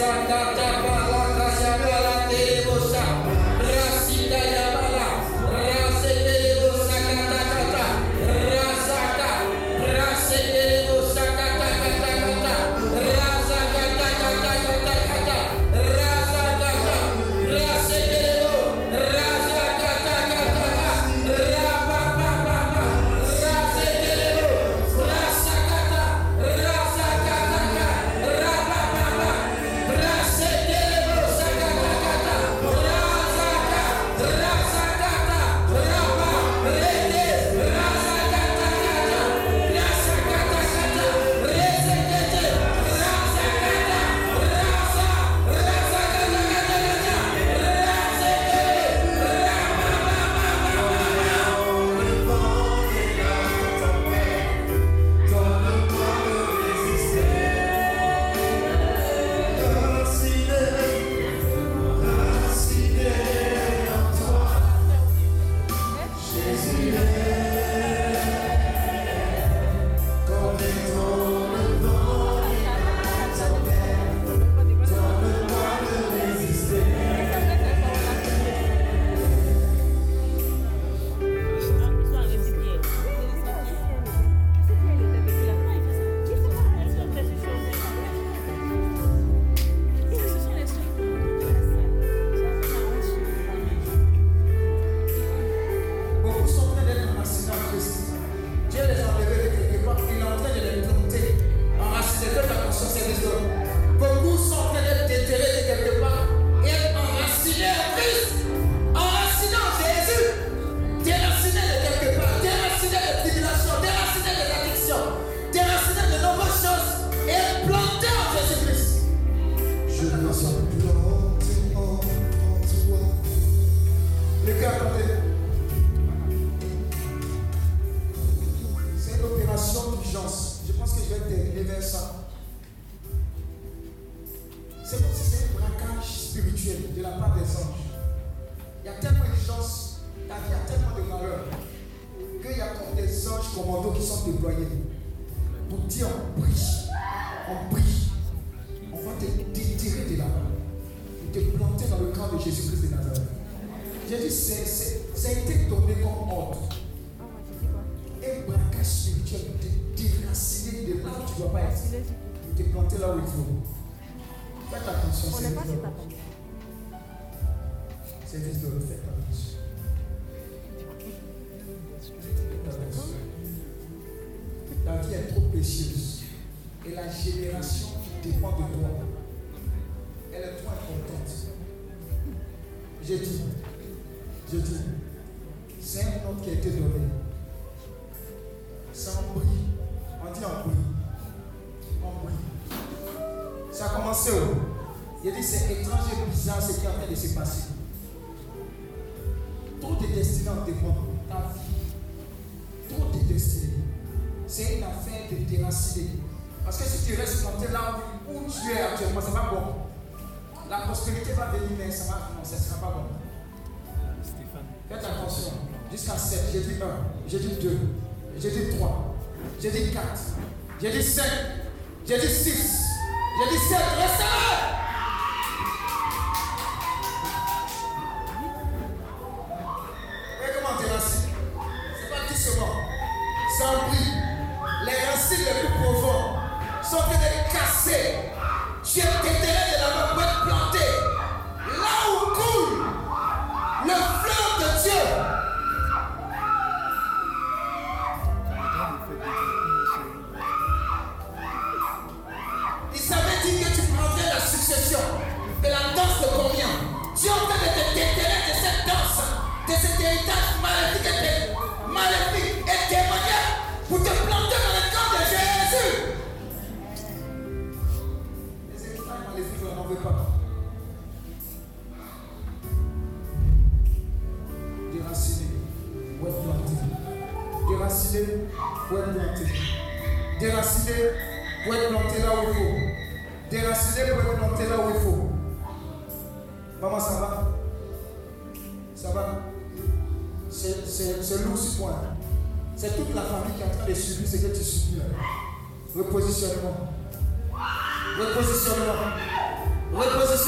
Speaker 2: Repositionnement.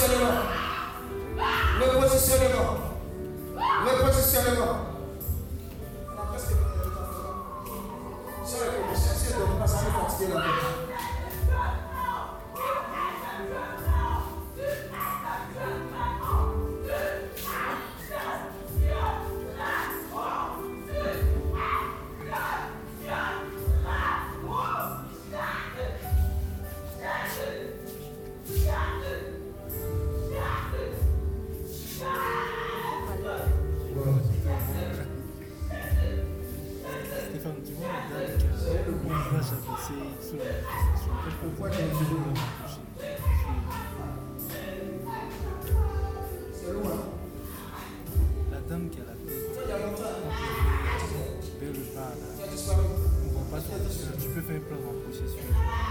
Speaker 2: Repositionnement. Repositionnement. Repositionnement. On a presque fini le temps. Si on est chercher, on va passer à fatiguer la tête. Pourquoi tu as dit c'est loin.
Speaker 4: La dame qui a la tête vers le bas là, on voit pas son visage. Tu peux faire plein en possession.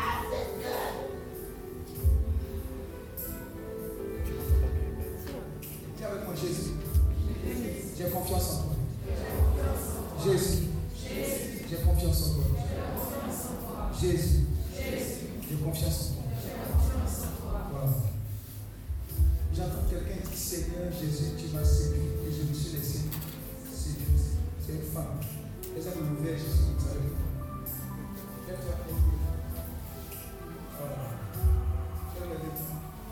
Speaker 4: Tu n'entends pas bien.
Speaker 2: Dis avec moi Jésus. J'ai confiance en toi. Jésus. J'ai confiance en toi. Jésus. J'ai confiance en toi. Voilà. J'entends quelqu'un dire Seigneur Jésus, tu m'as séduit et je me suis laissé séduire. C'est une femme. Les hommes l'ouvert, Jésus, vous savez. Lève-toi. Voilà. Lève-toi.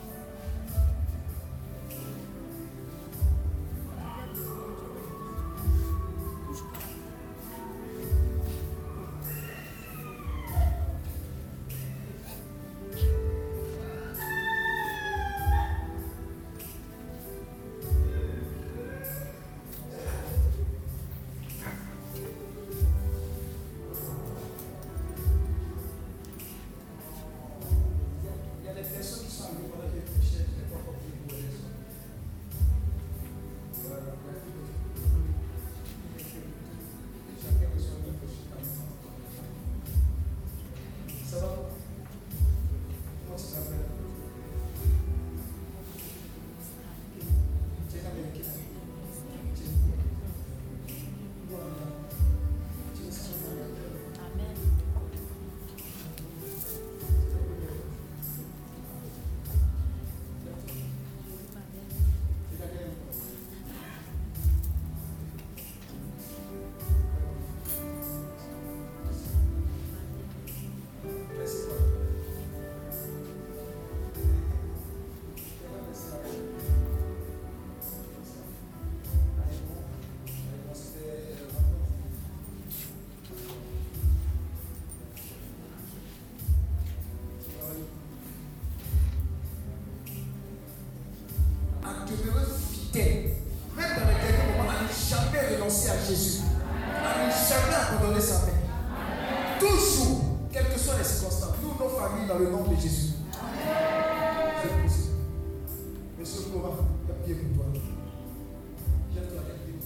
Speaker 2: Jésus, à ne jamais abandonner sa main. Toujours, quelles que soient les circonstances, nous, nos familles, dans le nom de Jésus. C'est possible. Monsieur Florent, il y a pied pour toi. Jette-toi avec pied.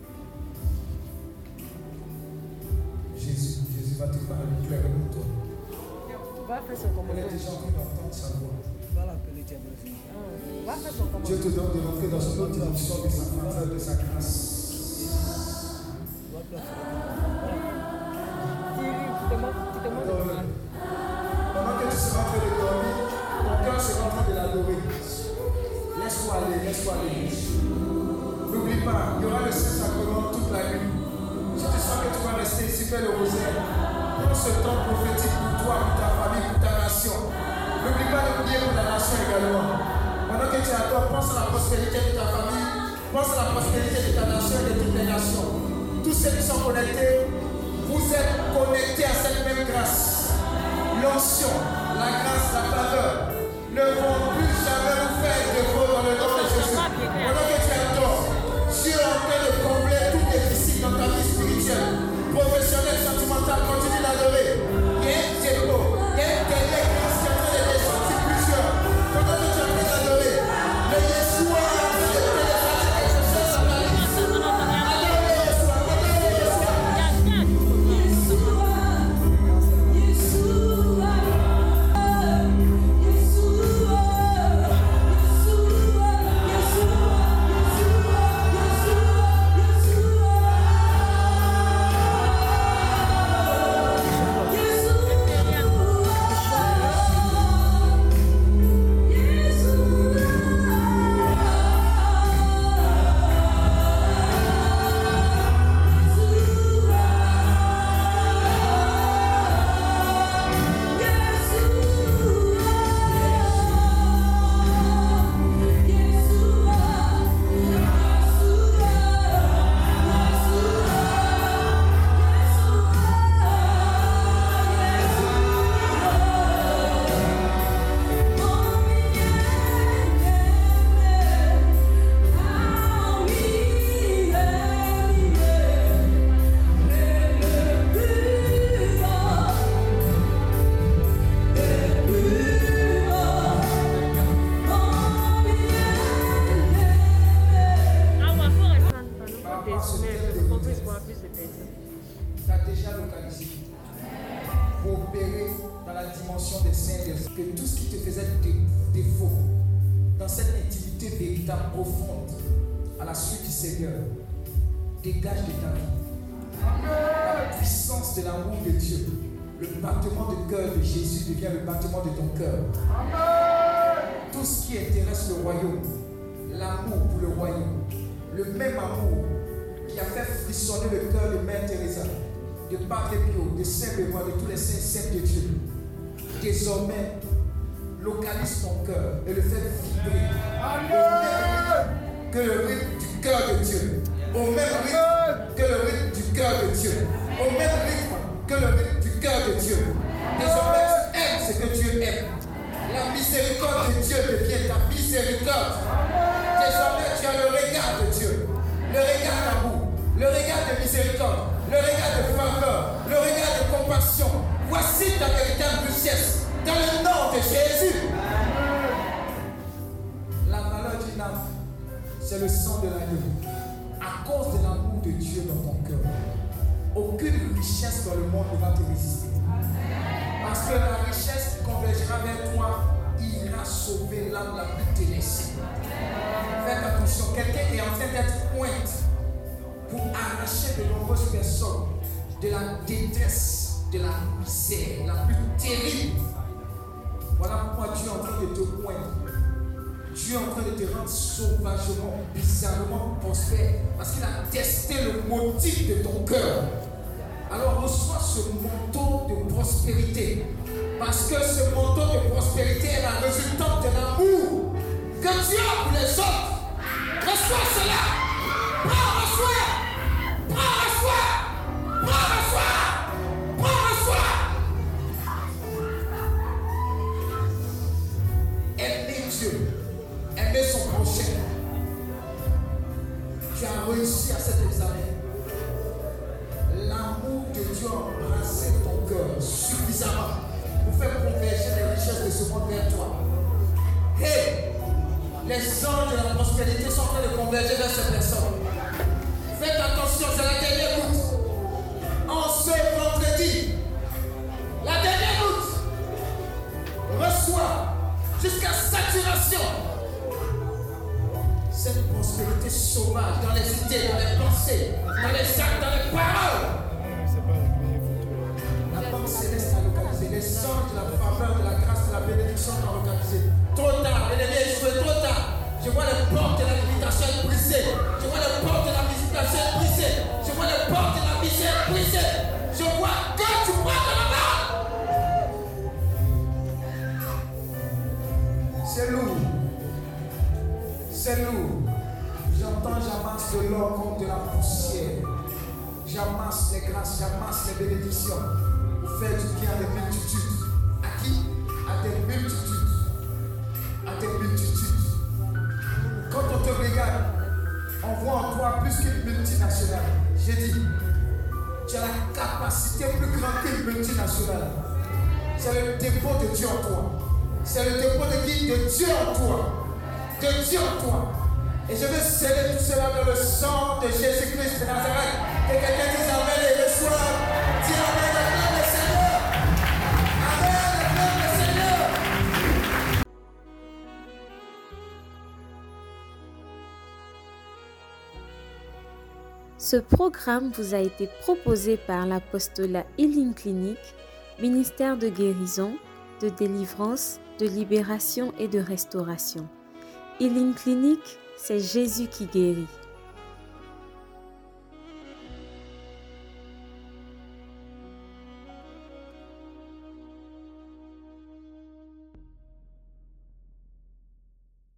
Speaker 2: Jésus va te parler clairement toi. Elle est déjà en train d'entendre sa voix. Dieu te donne de rentrer dans une autre dimension de sa grandeur, de sa grâce. Pendant que tu seras en train de dormir, ton cœur sera en train de l'adorer. Laisse-toi aller, laisse-toi aller. N'oublie pas, il y aura le Saint-Sacrement toute la nuit. Si tu sens que tu vas rester ici, fais le rosaire. Prends ce temps prophétique pour toi, pour ta famille, pour ta nation. N'oublie pas de prier pour la nation également. Pendant que tu es à toi, pense à la prospérité de ta famille, pense à la prospérité de ta nation et de toutes les nations. Tous ceux qui sont connectés, vous êtes connectés à cette même grâce. L'onction, la grâce, la faveur ne vont plus jamais vous faire défaut dans le nom de Jésus. Pendant que tu es à toi, Dieu est en train de combler tout déficit dans ta vie spirituelle, professionnelle, sentimentale. Continue d'adorer. Il y a un dépôt, il y a un délai grâce qui est en train de descendre sur plusieurs. Pendant que tu es en train d'adorer, le Yeshua est en train de télécharger quelque chose dans ta vie. déjà localisé pour opérer dans la dimension des saints et des hommes. Que tout ce qui te faisait défaut dans cette intimité véritable profonde à la suite du Seigneur, dégage de ta vie. La puissance de l'amour de Dieu, le battement de cœur de Jésus devient le battement de ton cœur. Tout ce qui intéresse le royaume, l'amour pour le royaume, le même amour qui a fait frissonner le cœur de Mère Teresa, de Padre Pio, de Saint Benoît, de tous les saints et saintes de Dieu, désormais localise ton cœur et le fait vibrer au même rythme que le rythme du cœur de Dieu, au même rythme que le rythme du cœur de Dieu, au même rythme que le rythme du cœur de Dieu. Désormais tu aimes ce que Dieu aime. La miséricorde de Dieu devient ta miséricorde. Désormais tu as le regard de Dieu, le regard d'amour, le regard de miséricorde, le regard de faveur, le regard de compassion. Voici ta véritable richesse dans le nom de Jésus. La valeur d'une âme, c'est le sang de l'agneau. À cause de l'amour de Dieu dans ton cœur, aucune richesse dans le monde ne va te résister. Parce que la richesse qui convergera vers toi ira sauver l'âme la plus ténèbreuse. Faites attention, quelqu'un est en train d'être pointe pour arracher de nombreuses personnes de la détresse, de la misère la plus terrible. Voilà pourquoi Dieu est en train de te poindre. Dieu est en train de te rendre sauvagement, bizarrement prospère, parce qu'il a testé le motif de ton cœur. Alors reçois ce manteau de prospérité, parce que ce manteau de prospérité est la résultante de l'amour que Dieu a pour les autres. Reçois cela. Prends, reçois. Prends, reçois. Prends, reçois. Prends, reçois. Aimer Dieu, aimer son prochain. Tu as réussi à cet examen. L'amour de Dieu a embrassé ton cœur suffisamment pour faire converger les richesses de ce monde vers toi. Hey, les anges de la prospérité sont en train de converger vers ces personnes. Faites attention, c'est la dernière goutte. En ce vendredi, la dernière goutte reçoit jusqu'à saturation cette prospérité sauvage dans les idées, dans les pensées, dans les actes, dans les paroles. La banque céleste a localisé, les anges de la faveur, de la grâce, de la bénédiction sont localisés. Trop tard, l'ennemi a échoué, trop tard. Je vois les portes de la limitation brisées. Je vois les portes de la limitation brisées. Je vois les portes de la misère brisées. Je vois que tu prends de la main. C'est lourd. C'est lourd. J'entends, j'amasse de l'or comme de la poussière. J'amasse les grâces, j'amasse les bénédictions pour faire du bien à des multitudes. À qui? À des multitudes. À des multitudes. Quand on te regarde, on voit en toi plus qu'une multinationale. J'ai dit, tu as la capacité plus grande qu'une multinationale. C'est le dépôt de Dieu en toi. C'est le dépôt de qui? De Dieu en toi. De Dieu en toi. Et je vais sceller tout cela dans le sang de Jésus-Christ de Nazareth. Que quelqu'un dise Amen et reçoive. Dis Amen, acclame le Seigneur. Amen, acclame le Seigneur.
Speaker 1: Ce programme vous a été proposé par l'Apostolat Healing Clinic, ministère de guérison, de délivrance, de libération et de restauration. Healing Clinic, c'est Jésus qui guérit.